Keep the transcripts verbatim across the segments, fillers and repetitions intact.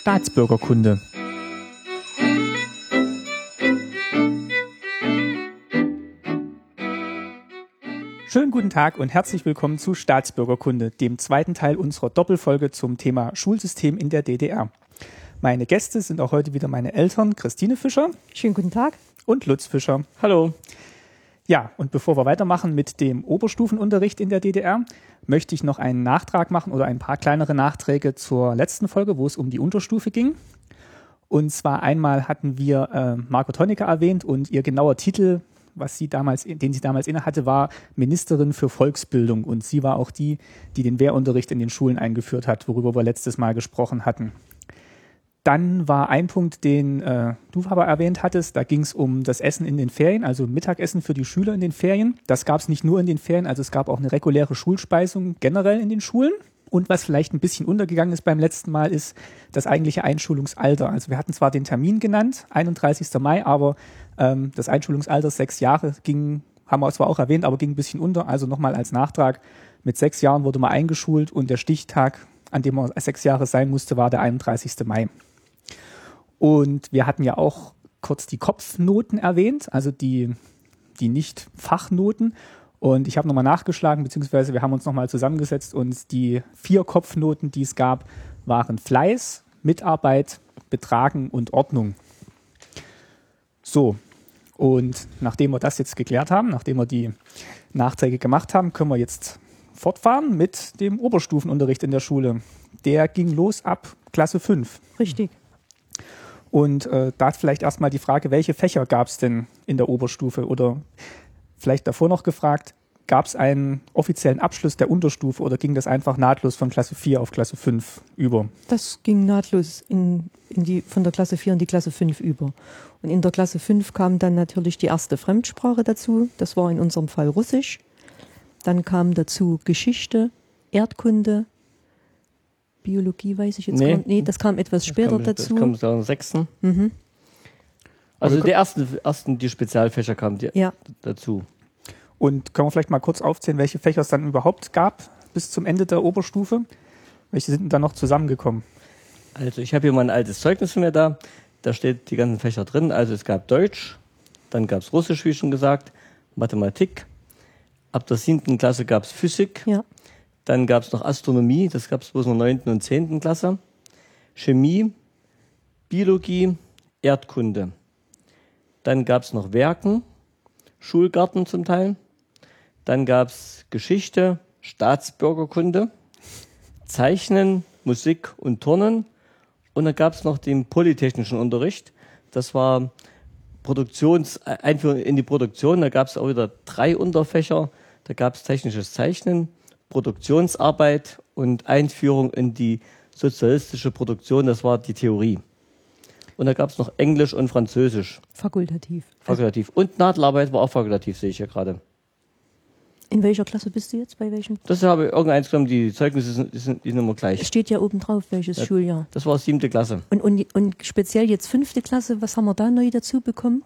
Staatsbürgerkunde. Schönen guten Tag und herzlich willkommen zu Staatsbürgerkunde, dem zweiten Teil unserer Doppelfolge zum Thema Schulsystem in der D D R. Meine Gäste sind auch heute wieder meine Eltern, Christine Fischer. Schönen guten Tag. Und Lutz Fischer. Hallo. Ja, und bevor wir weitermachen mit dem Oberstufenunterricht in der D D R, möchte ich noch einen Nachtrag machen oder ein paar kleinere Nachträge zur letzten Folge, wo es um die Unterstufe ging. Und zwar einmal hatten wir äh, Margot Honecker erwähnt und ihr genauer Titel, was sie damals, den sie damals innehatte, war Ministerin für Volksbildung. Und sie war auch die, die den Wehrunterricht in den Schulen eingeführt hat, worüber wir letztes Mal gesprochen hatten. Dann war ein Punkt, den äh, du aber erwähnt hattest, da ging es um das Essen in den Ferien, also Mittagessen für die Schüler in den Ferien. Das gab es nicht nur in den Ferien, also es gab auch eine reguläre Schulspeisung generell in den Schulen. Und was vielleicht ein bisschen untergegangen ist beim letzten Mal, ist das eigentliche Einschulungsalter. Also wir hatten zwar den Termin genannt, einunddreißigster Mai, aber ähm, das Einschulungsalter sechs Jahre ging, haben wir zwar auch erwähnt, aber ging ein bisschen unter. Also nochmal als Nachtrag, mit sechs Jahren wurde man eingeschult und der Stichtag, an dem man sechs Jahre sein musste, war der einunddreißigster Mai. Und wir hatten ja auch kurz die Kopfnoten erwähnt, also die, die Nicht-Fachnoten. Und ich habe nochmal nachgeschlagen, beziehungsweise wir haben uns nochmal zusammengesetzt und die vier Kopfnoten, die es gab, waren Fleiß, Mitarbeit, Betragen und Ordnung. So, und nachdem wir das jetzt geklärt haben, nachdem wir die Nachträge gemacht haben, können wir jetzt fortfahren mit dem Oberstufenunterricht in der Schule. Der ging los ab Klasse fünf. Richtig. Und äh, da vielleicht erstmal die Frage, welche Fächer gab es denn in der Oberstufe? Oder vielleicht davor noch gefragt, gab es einen offiziellen Abschluss der Unterstufe oder ging das einfach nahtlos von Klasse vier auf Klasse fünf über? Das ging nahtlos in, in die, von der Klasse vier in die Klasse fünf über. Und in der Klasse fünf kam dann natürlich die erste Fremdsprache dazu. Das war in unserem Fall Russisch. Dann kam dazu Geschichte, Erdkunde, Biologie weiß ich jetzt nee. gar nicht. Nee, das kam etwas das später kam, dazu. Das kommt am sechsten Mhm. Also die ersten, ersten, die Spezialfächer kamen die ja. dazu. Und können wir vielleicht mal kurz aufzählen, welche Fächer es dann überhaupt gab bis zum Ende der Oberstufe? Welche sind denn dann noch zusammengekommen? Also ich habe hier mal ein altes Zeugnis von mir da. Da steht die ganzen Fächer drin. Also es gab Deutsch, dann gab es Russisch, wie schon gesagt, Mathematik. Ab der siebten Klasse gab es Physik. Ja. Dann gab es noch Astronomie, das gab es bloß in der neunten und zehnten Klasse. Chemie, Biologie, Erdkunde. Dann gab es noch Werken, Schulgarten zum Teil. Dann gab es Geschichte, Staatsbürgerkunde, Zeichnen, Musik und Turnen. Und dann gab es noch den polytechnischen Unterricht. Das war Produktions, Einführung in die Produktion. Da gab es auch wieder drei Unterfächer. Da gab es technisches Zeichnen, Produktionsarbeit und Einführung in die sozialistische Produktion, das war die Theorie. Und da gab es noch Englisch und Französisch. Fakultativ. Fakultativ. Und Nadelarbeit war auch fakultativ, sehe ich hier gerade. In welcher Klasse bist du jetzt? Bei welchem? Das habe ich irgendeins genommen, die Zeugnisse sind, die sind, die sind immer gleich. Es steht ja oben drauf, welches Ja, Schuljahr. Das war siebte Klasse. Und, und, und speziell jetzt fünfte Klasse, was haben wir da neu dazu bekommen?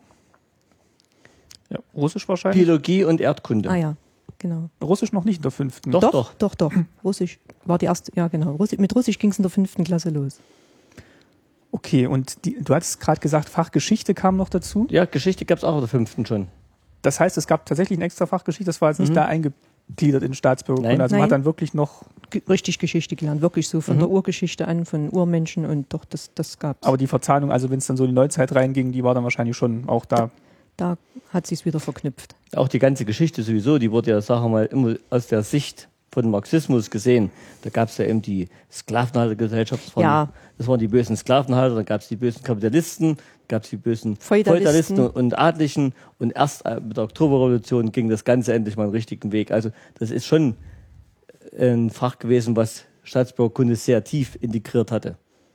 Ja, Russisch wahrscheinlich? Biologie und Erdkunde. Ah ja, genau. Russisch noch nicht in der fünften. Doch, Doch, doch. doch, doch. Russisch war die erste, ja genau. Russi- mit Russisch ging es in der fünften Klasse los. Okay, und die, du hattest gerade gesagt, Fachgeschichte kam noch dazu. Ja, Geschichte gab es auch in der fünften schon. Das heißt, es gab tatsächlich ein extra Fach Geschichte, das war jetzt nicht Mhm. da eingegliedert in Staatsbürgerkunde. Nein. Also man Nein. hat dann wirklich noch, Ge- richtig Geschichte gelernt, wirklich so von Mhm. der Urgeschichte an, von Urmenschen und doch, das, das gab's. aber die Verzahnung, also wenn es dann so in die Neuzeit reinging, die war dann wahrscheinlich schon auch da. Da hat sich's wieder verknüpft. Auch die ganze Geschichte sowieso, die wurde ja, sagen wir mal, immer aus der Sicht von Marxismus gesehen. Da gab es ja eben die Sklavenhaltergesellschaft, das waren, Ja. das waren die bösen Sklavenhalter, dann gab es die bösen Kapitalisten, gab es die bösen Feudalisten. Feudalisten und Adlichen und erst äh, mit der Oktoberrevolution ging das Ganze endlich mal einen richtigen Weg. Also das ist schon ein Fach gewesen, was Staatsbürgerkunde sehr tief integriert hatte.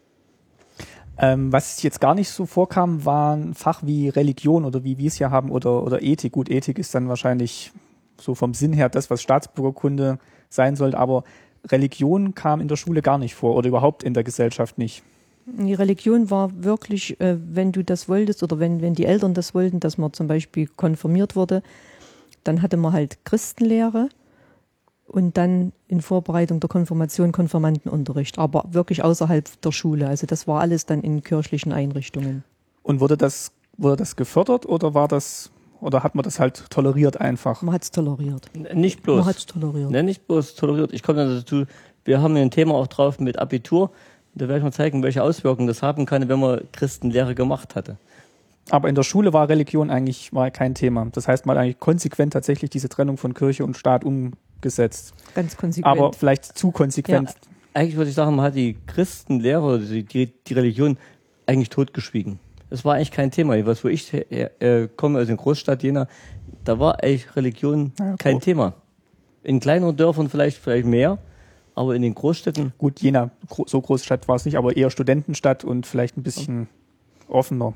Ähm, was jetzt gar nicht so vorkam, war ein Fach wie Religion oder wie wir es hier haben oder, oder Ethik. Gut, Ethik ist dann wahrscheinlich so vom Sinn her das, was Staatsbürgerkunde sein sollte, aber Religion kam in der Schule gar nicht vor oder überhaupt in der Gesellschaft nicht. Die Religion war wirklich, äh, wenn du das wolltest oder wenn, wenn die Eltern das wollten, dass man zum Beispiel konfirmiert wurde, dann hatte man halt Christenlehre und dann in Vorbereitung der Konfirmation Konfirmandenunterricht, aber wirklich außerhalb der Schule. Also das war alles dann in kirchlichen Einrichtungen. Und wurde das, wurde das gefördert oder war das, oder hat man das halt toleriert einfach? Man hat es toleriert. Nicht bloß. Man hat es toleriert. Ne, nicht bloß toleriert. Ich komme dann dazu, wir haben ein Thema auch drauf mit Abitur. Da werde ich mal zeigen, welche Auswirkungen das haben kann, wenn man Christenlehre gemacht hatte. Aber in der Schule war Religion eigentlich war kein Thema. Das heißt, man hat eigentlich konsequent tatsächlich diese Trennung von Kirche und Staat umgesetzt. Ganz konsequent. Aber vielleicht zu konsequent. Ja, eigentlich würde ich sagen, man hat die Christenlehre, die, die, die Religion eigentlich totgeschwiegen. Das war eigentlich kein Thema. Was, wo ich äh, komme, also in Großstadt Jena, da war eigentlich Religion ja, kein Thema. In kleineren Dörfern vielleicht, vielleicht mehr. Aber in den Großstädten? Gut, Jena, so Großstadt war es nicht, aber eher Studentenstadt und vielleicht ein bisschen offener.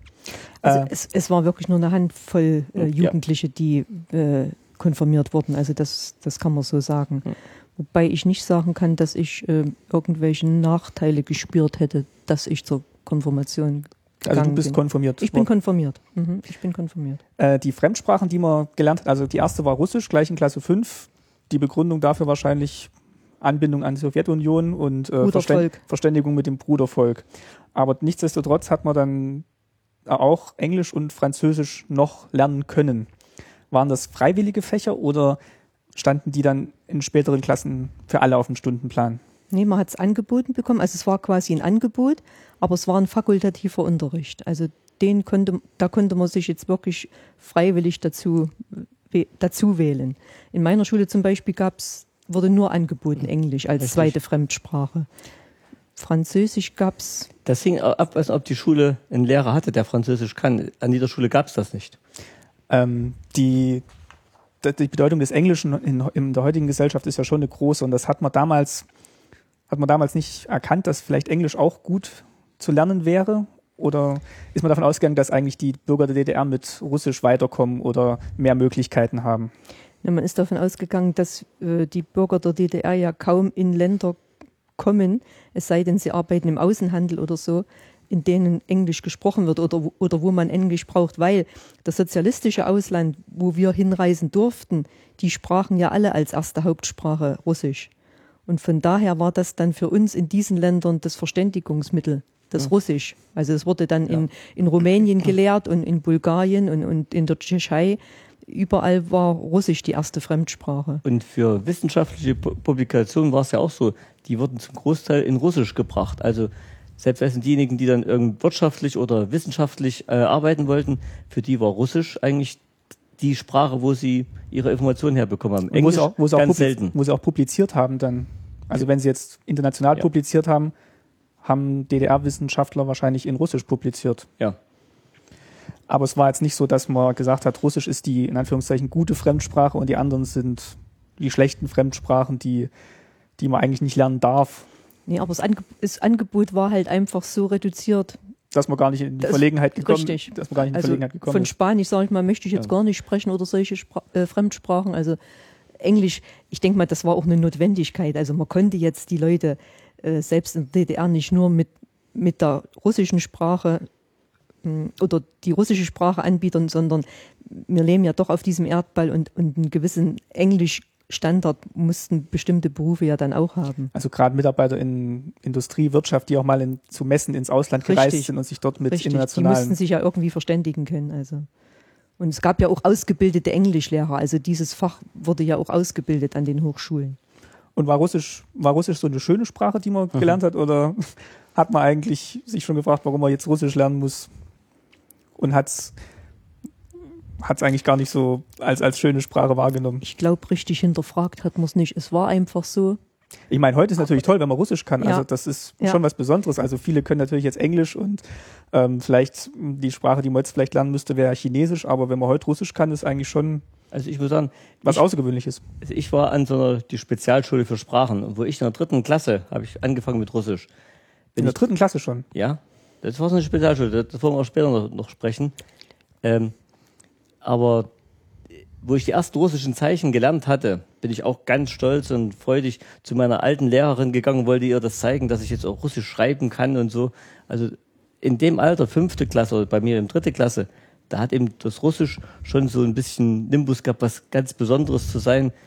Also äh, es, es war wirklich nur eine Handvoll äh, Jugendliche, die äh, konfirmiert wurden. Also das, das kann man so sagen. Ja. Wobei ich nicht sagen kann, dass ich äh, irgendwelche Nachteile gespürt hätte, dass ich zur Konfirmation gegangen Also du bist bin. konfirmiert? Ich bin konfirmiert. Mhm, ich bin konfirmiert. Äh, die Fremdsprachen, die man gelernt hat, also die erste war Russisch, gleich in Klasse fünf. Die Begründung dafür wahrscheinlich Anbindung an die Sowjetunion und äh, Verständ Verständigung mit dem Brudervolk. Aber nichtsdestotrotz hat man dann auch Englisch und Französisch noch lernen können. Waren das freiwillige Fächer oder standen die dann in späteren Klassen für alle auf dem Stundenplan? Nee, man hat es angeboten bekommen. Also es war quasi ein Angebot, aber es war ein fakultativer Unterricht. Also den konnte, da konnte man sich jetzt wirklich freiwillig dazu, dazu wählen. In meiner Schule zum Beispiel gab's wurde nur angeboten, Englisch als Richtig. zweite Fremdsprache. Französisch gab's. Das hing ab, als ob die Schule einen Lehrer hatte, der Französisch kann. An jeder Schule gab's das nicht. Ähm, die, die Bedeutung des Englischen in, in der heutigen Gesellschaft ist ja schon eine große und das hat man damals, hat man damals nicht erkannt, dass vielleicht Englisch auch gut zu lernen wäre? Oder ist man davon ausgegangen, dass eigentlich die Bürger der D D R mit Russisch weiterkommen oder mehr Möglichkeiten haben? Ja, man ist davon ausgegangen, dass äh, die Bürger der D D R ja kaum in Länder kommen, es sei denn, sie arbeiten im Außenhandel oder so, in denen Englisch gesprochen wird oder, oder wo man Englisch braucht, weil das sozialistische Ausland, wo wir hinreisen durften, die sprachen ja alle als erste Hauptsprache Russisch. Und von daher war das dann für uns in diesen Ländern das Verständigungsmittel, das ja. Russisch. Also es wurde dann ja. in, in Rumänien gelehrt und in Bulgarien und, und in der Tschechei. Überall war Russisch die erste Fremdsprache. Und für wissenschaftliche Publikationen war es ja auch so, die wurden zum Großteil in Russisch gebracht. Also selbst wenn diejenigen, die dann irgendwie wirtschaftlich oder wissenschaftlich äh, arbeiten wollten, für die war Russisch eigentlich die Sprache, wo sie ihre Informationen herbekommen haben. Englisch, wo sie auch, wo sie ganz auch selten. Wo sie auch publiziert haben dann. Also wenn sie jetzt international ja. publiziert haben, haben D D R-Wissenschaftler wahrscheinlich in Russisch publiziert. Ja. Aber es war jetzt nicht so, dass man gesagt hat, Russisch ist die, in Anführungszeichen, gute Fremdsprache und die anderen sind die schlechten Fremdsprachen, die, die man eigentlich nicht lernen darf. Nee, aber das, Ange das Angebot war halt einfach so reduziert. Dass man gar nicht in die das Verlegenheit gekommen ist. Richtig. Dass man gar nicht in die also Verlegenheit gekommen von ist. Spanisch, sage ich mal, möchte ich jetzt ja. gar nicht sprechen oder solche Spra äh, Fremdsprachen. Also Englisch, ich denke mal, das war auch eine Notwendigkeit. Also man konnte jetzt die Leute äh, selbst in der D D R nicht nur mit, mit der russischen Sprache oder die russische Sprache anbieten, sondern wir leben ja doch auf diesem Erdball und, und einen gewissen Englischstandard mussten bestimmte Berufe ja dann auch haben. Also gerade Mitarbeiter in Industrie, Wirtschaft, die auch mal in, zu Messen ins Ausland Richtig. gereist sind und sich dort mit Richtig. internationalen... Die mussten sich ja irgendwie verständigen können. Also. Und es gab ja auch ausgebildete Englischlehrer, also dieses Fach wurde ja auch ausgebildet an den Hochschulen. Und war Russisch, war Russisch so eine schöne Sprache, die man mhm. gelernt hat, oder hat man eigentlich sich schon gefragt, warum man jetzt Russisch lernen muss? Und hat es eigentlich gar nicht so als, als schöne Sprache wahrgenommen. Ich glaube, richtig hinterfragt hat man es nicht. Es war einfach so. Ich meine, heute ist natürlich toll, wenn man Russisch kann. Ja. Also das ist ja. schon was Besonderes. Also viele können natürlich jetzt Englisch und ähm, vielleicht die Sprache, die man jetzt vielleicht lernen müsste, wäre Chinesisch. Aber wenn man heute Russisch kann, ist eigentlich schon also ich würde sagen, was ich, Außergewöhnliches. Also ich war an so einer die Spezialschule für Sprachen. Und wo ich in der dritten Klasse habe ich angefangen mit Russisch. Bin in der ich, dritten Klasse schon? Ja. Das war so eine Spezialschule, das wollen wir auch später noch, noch sprechen. Ähm, aber wo ich die ersten russischen Zeichen gelernt hatte, bin ich auch ganz stolz und freudig zu meiner alten Lehrerin gegangen, wollte ihr das zeigen, dass ich jetzt auch Russisch schreiben kann und so. Also in dem Alter, fünfte Klasse oder bei mir in dritte Klasse, da hat eben das Russisch schon so ein bisschen Nimbus gehabt, was ganz Besonderes zu sein.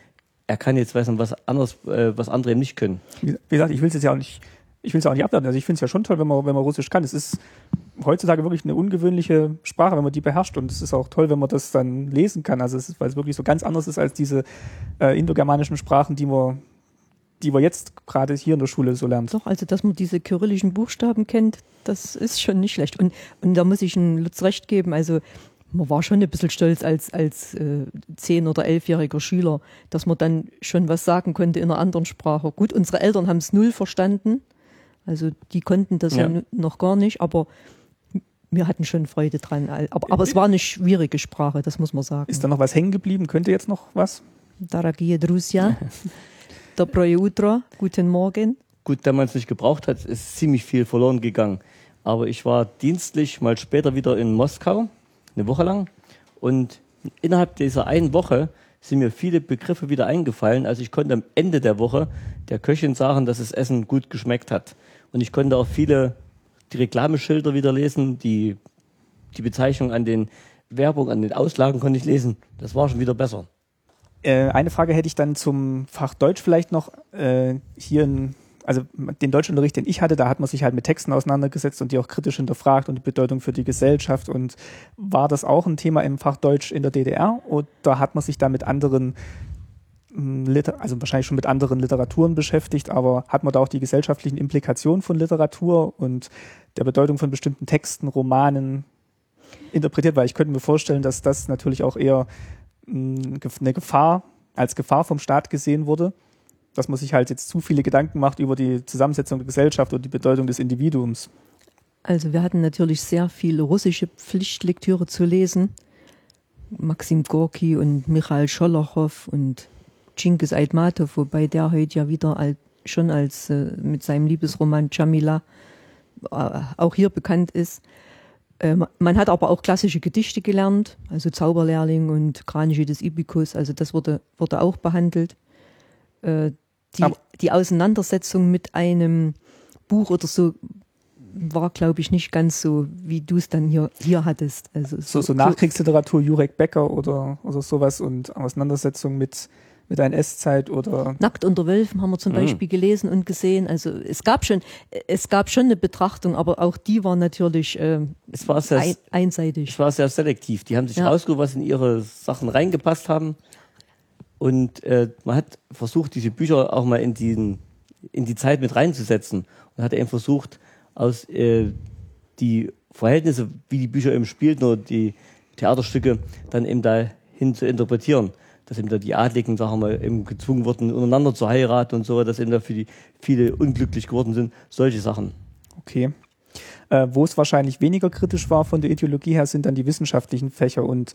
er kann jetzt weiß nicht, was anderes, äh, was andere eben nicht können. Wie gesagt, ich will es jetzt ja auch nicht, ich will es ja auch nicht abwerten. Also ich finde es ja schon toll, wenn man, wenn man Russisch kann. Es ist heutzutage wirklich eine ungewöhnliche Sprache, wenn man die beherrscht. Und es ist auch toll, wenn man das dann lesen kann. Also es ist, weil es wirklich so ganz anders ist als diese äh, indogermanischen Sprachen, die man, die man jetzt gerade hier in der Schule so lernt. Doch, also dass man diese kyrillischen Buchstaben kennt, das ist schon nicht schlecht. Und, und da muss ich einem Lutz recht geben, also man war schon ein bisschen stolz als, als äh, zehn- oder elfjähriger Schüler, dass man dann schon was sagen konnte in einer anderen Sprache. Gut, unsere Eltern haben es null verstanden, also die konnten das ja, ja noch gar nicht, aber wir hatten schon Freude dran. Aber, aber es war eine schwierige Sprache, das muss man sagen. Ist da noch was hängen geblieben? Könnte jetzt noch was? Daragie Drusja, Dobre Utro, guten Morgen. Gut, da man es nicht gebraucht hat, ist ziemlich viel verloren gegangen. Aber ich war dienstlich mal später wieder in Moskau, eine Woche lang. Und innerhalb dieser einen Woche sind mir viele Begriffe wieder eingefallen. Also ich konnte am Ende der Woche der Köchin sagen, dass das Essen gut geschmeckt hat. Und ich konnte auch viele die Reklameschilder wieder lesen, die, die Bezeichnung an den Werbung, an den Auslagen konnte ich lesen. Das war schon wieder besser. Äh, eine Frage hätte ich dann zum Fach Deutsch vielleicht noch. Äh, hier in, also den Deutschunterricht, den ich hatte, da hat man sich halt mit Texten auseinandergesetzt und die auch kritisch hinterfragt und die Bedeutung für die Gesellschaft. Und war das auch ein Thema im Fach Deutsch in der D D R? Oder hat man sich da mit anderen, also wahrscheinlich schon mit anderen Literaturen beschäftigt, aber hat man da auch die gesellschaftlichen Implikationen von Literatur und der Bedeutung von bestimmten Texten, Romanen interpretiert? Weil ich könnte mir vorstellen, dass das natürlich auch eher eine Gefahr, als Gefahr vom Staat gesehen wurde, dass man sich halt jetzt zu viele Gedanken macht über die Zusammensetzung der Gesellschaft und die Bedeutung des Individuums. Also wir hatten natürlich sehr viele russische Pflichtlektüre zu lesen. Maxim Gorki und Michail Scholochow und Cengiz Aitmatov, wobei der heute ja wieder als, schon als äh, mit seinem Liebesroman Jamila äh, auch hier bekannt ist. Äh, man hat aber auch klassische Gedichte gelernt, also Zauberlehrling und Kraniche des Ibikus, also das wurde, wurde auch behandelt. Äh, die, die Auseinandersetzung mit einem Buch oder so war, glaube ich, nicht ganz so, wie du es dann hier, hier hattest. Also so, so, so Nachkriegsliteratur, Jurek Becker oder, oder sowas und Auseinandersetzung mit mit einer Esszeit oder... Nackt unter Wölfen haben wir zum mhm. Beispiel gelesen und gesehen. Also es gab schon, es gab schon eine Betrachtung, aber auch die war natürlich äh, es war sehr, ein, einseitig. Es war sehr selektiv. Die haben sich ja. rausgesucht, was in ihre Sachen reingepasst haben. Und äh, man hat versucht, diese Bücher auch mal in, diesen, in die Zeit mit reinzusetzen. Und hat eben versucht, aus äh, die Verhältnisse, wie die Bücher eben spielten oder die Theaterstücke, dann eben dahin zu interpretieren. Dass eben da die Adligen, sagen wir mal, eben gezwungen wurden, untereinander zu heiraten und so, dass eben da für die viele unglücklich geworden sind. Solche Sachen. Okay. Äh, wo es wahrscheinlich weniger kritisch war von der Ideologie her, sind dann die wissenschaftlichen Fächer. Und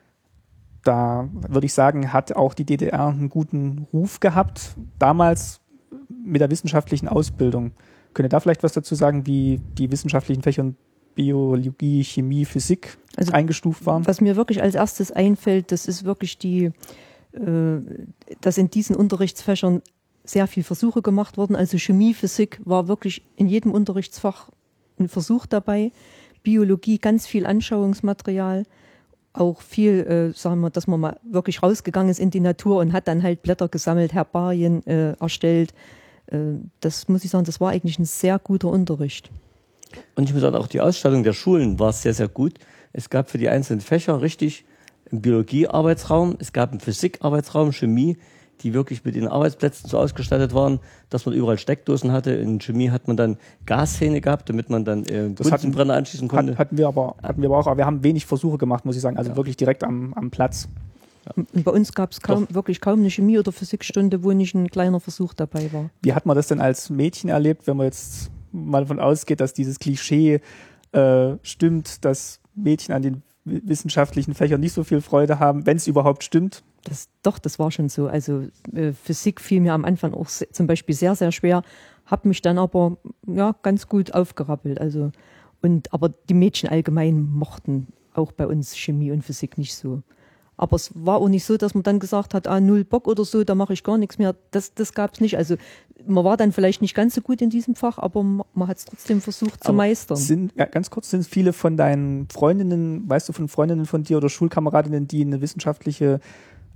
da würde ich sagen, hat auch die D D R einen guten Ruf gehabt, damals mit der wissenschaftlichen Ausbildung. Könnt ihr da vielleicht was dazu sagen, wie die wissenschaftlichen Fächer Biologie, Chemie, Physik also, eingestuft waren? Was mir wirklich als erstes einfällt, das ist wirklich die, äh, dass in diesen Unterrichtsfächern sehr viel Versuche gemacht wurden. Also Chemie, Physik war wirklich in jedem Unterrichtsfach ein Versuch dabei. Biologie, ganz viel Anschauungsmaterial. Auch viel, äh, sagen wir, dass man mal wirklich rausgegangen ist in die Natur und hat dann halt Blätter gesammelt, Herbarien äh, erstellt. Äh, das muss ich sagen, das war eigentlich ein sehr guter Unterricht. Und ich muss sagen, auch die Ausstattung der Schulen war sehr, sehr gut. Es gab für die einzelnen Fächer richtig einen Biologie-Arbeitsraum, es gab einen Physik-Arbeitsraum, Chemie, die wirklich mit den Arbeitsplätzen so ausgestattet waren, dass man überall Steckdosen hatte. In Chemie hat man dann Gashähne gehabt, damit man dann äh, Bunsenbrenner anschließen konnte. Hatten wir aber, hatten wir aber auch, aber wir haben wenig Versuche gemacht, muss ich sagen, also ja. wirklich direkt am, am Platz. Ja. Und bei uns gab es kaum, wirklich kaum eine Chemie- oder Physikstunde, wo nicht ein kleiner Versuch dabei war. Wie hat man das denn als Mädchen erlebt, wenn man jetzt mal davon ausgeht, dass dieses Klischee äh, stimmt, dass Mädchen an den wissenschaftlichen Fächern nicht so viel Freude haben, wenn es überhaupt stimmt? Das, doch, das war schon so. Also äh, Physik fiel mir am Anfang auch se- zum Beispiel sehr, sehr schwer, habe mich dann aber ja, ganz gut aufgerappelt. Also, und, aber die Mädchen allgemein mochten auch bei uns Chemie und Physik nicht so. Aber es war auch nicht so, dass man dann gesagt hat, ah, null Bock oder so, da mache ich gar nichts mehr. Das, das gab es nicht. Also man war dann vielleicht nicht ganz so gut in diesem Fach, aber man, man hat es trotzdem versucht zu aber meistern. Sind, ja, ganz kurz, sind viele von deinen Freundinnen, weißt du von Freundinnen von dir oder Schulkameradinnen, die eine wissenschaftliche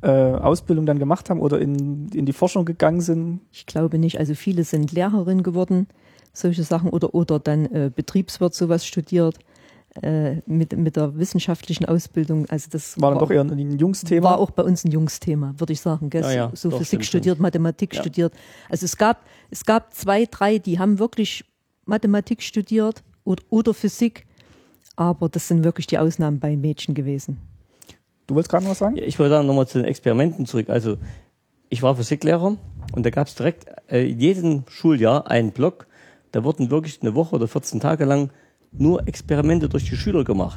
äh, Ausbildung dann gemacht haben oder in, in die Forschung gegangen sind? Ich glaube nicht. Also viele sind Lehrerin geworden, solche Sachen, oder, oder dann äh, Betriebswirt sowas studiert äh, mit, mit der wissenschaftlichen Ausbildung. Also das War dann doch eher ein Jungsthema? War auch bei uns ein Jungsthema, würde ich sagen. Gell? Ja, ja, so doch, Physik stimmt, studiert, stimmt. Mathematik Ja. studiert. Also es gab, es gab zwei, drei, die haben wirklich Mathematik studiert oder, oder Physik, aber das sind wirklich die Ausnahmen bei Mädchen gewesen. Du wolltest gerade noch was sagen? Ja, ich wollte dann nochmal zu den Experimenten zurück. Also ich war Physiklehrer und da gab es direkt äh, in jedem Schuljahr einen Block, da wurden wirklich eine Woche oder vierzehn Tage lang nur Experimente durch die Schüler gemacht.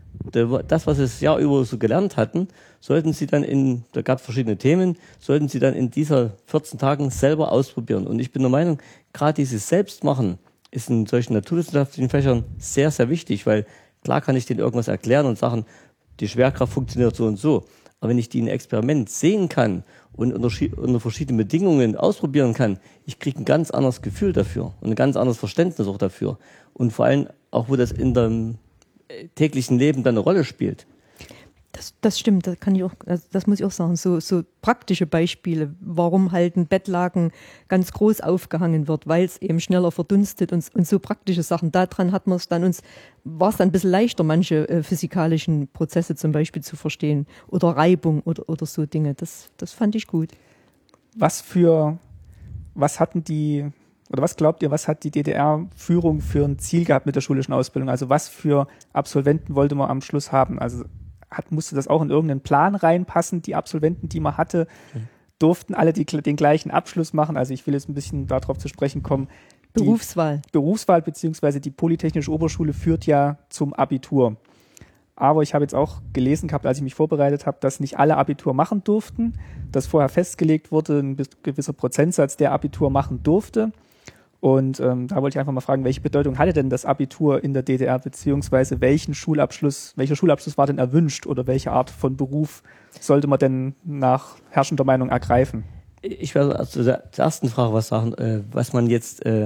Das, was sie das Jahr über so gelernt hatten, sollten sie dann in, da gab es verschiedene Themen, sollten sie dann in dieser vierzehn Tagen selber ausprobieren. Und ich bin der Meinung, gerade dieses Selbstmachen ist in solchen naturwissenschaftlichen Fächern sehr, sehr wichtig, weil klar kann ich denen irgendwas erklären und sagen, die Schwerkraft funktioniert so und so. Aber wenn ich die in einem Experiment sehen kann und unter, unter verschiedenen Bedingungen ausprobieren kann, ich kriege ein ganz anderes Gefühl dafür und ein ganz anderes Verständnis auch dafür. Und vor allem auch, wo das in dem täglichen Leben dann eine Rolle spielt. Das, das stimmt, das kann ich auch, das, das muss ich auch sagen. So, so praktische Beispiele, warum halt ein Bettlaken ganz groß aufgehangen wird, weil es eben schneller verdunstet und, und so praktische Sachen. Daran hat man es dann uns, war es dann ein bisschen leichter, manche äh, physikalischen Prozesse zum Beispiel zu verstehen oder Reibung oder, oder so Dinge. Das, das fand ich gut. Was für, was hatten die, oder was glaubt ihr, was hat die D D R-Führung für ein Ziel gehabt mit der schulischen Ausbildung? Also was für Absolventen wollte man am Schluss haben? Also hat, musste das auch in irgendeinen Plan reinpassen? Die Absolventen, die man hatte, mhm. durften alle die, den gleichen Abschluss machen? Also ich will jetzt ein bisschen darauf zu sprechen kommen. Berufswahl. Berufswahl beziehungsweise die Polytechnische Oberschule führt ja zum Abitur. Aber ich habe jetzt auch gelesen gehabt, als ich mich vorbereitet habe, dass nicht alle Abitur machen durften, dass vorher festgelegt wurde, ein gewisser Prozentsatz, der Abitur machen durfte. Und ähm, da wollte ich einfach mal fragen, welche Bedeutung hatte denn das Abitur in der D D R, beziehungsweise welchen Schulabschluss, welcher Schulabschluss war denn erwünscht oder welche Art von Beruf sollte man denn nach herrschender Meinung ergreifen? Ich werde also zur ersten Frage was sagen, äh, was man jetzt äh,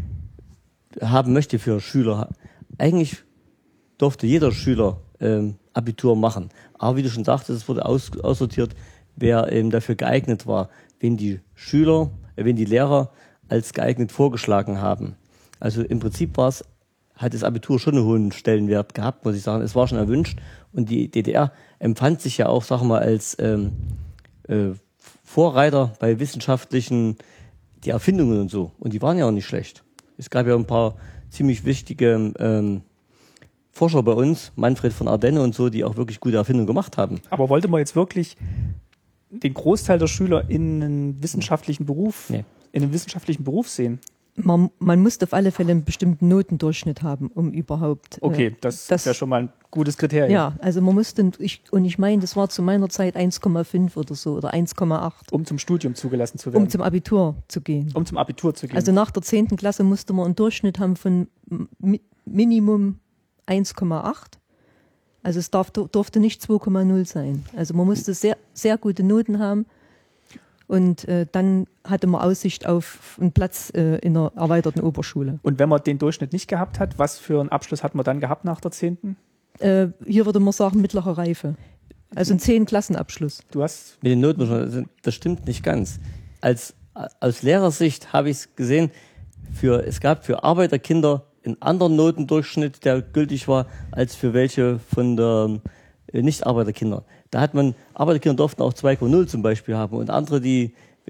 haben möchte für Schüler. Eigentlich durfte jeder Schüler ähm, Abitur machen. Aber wie du schon sagtest, es wurde aus, aussortiert, wer eben dafür geeignet war, wen die Schüler, äh, wen die Lehrer als geeignet vorgeschlagen haben. Also im Prinzip war es, hat das Abitur schon einen hohen Stellenwert gehabt, muss ich sagen. Es war schon erwünscht und die D D R empfand sich ja auch, sagen wir mal, als ähm, äh, Vorreiter bei wissenschaftlichen, die Erfindungen und so. Und die waren ja auch nicht schlecht. Es gab ja ein paar ziemlich wichtige ähm, Forscher bei uns, Manfred von Ardenne und so, die auch wirklich gute Erfindungen gemacht haben. Aber wollte man jetzt wirklich den Großteil der Schüler in einen wissenschaftlichen Beruf, nee. in einen wissenschaftlichen Beruf sehen? Man, man muss auf alle Fälle einen bestimmten Notendurchschnitt haben, um überhaupt... Okay, das, das ist ja schon mal ein gutes Kriterium. Ja, also man musste, ich, und ich meine, das war zu meiner Zeit eins Komma fünf oder so, oder eins Komma acht. Um zum Studium zugelassen zu werden. Um zum Abitur zu gehen. Um zum Abitur zu gehen. Also nach der zehnten Klasse musste man einen Durchschnitt haben von Mi- Minimum eins Komma acht. Also es darf, durfte nicht zwei Komma null sein. Also man musste sehr, sehr gute Noten haben. Und äh, dann hatte man Aussicht auf einen Platz äh, in einer erweiterten Oberschule. Und wenn man den Durchschnitt nicht gehabt hat, was für einen Abschluss hat man dann gehabt nach der zehnten? Äh, hier würde man sagen mittlere Reife. Also ein zehn-Klassenabschluss. Du hast mit den Noten, das stimmt nicht ganz. Als, aus Lehrersicht habe ich es gesehen, für, es gab für Arbeiterkinder einen anderen Notendurchschnitt, der gültig war, als für welche von der äh, Nicht-Arbeiterkinder. Da hat man, Arbeiterkinder durften auch zwei Komma null zum Beispiel haben und andere, die,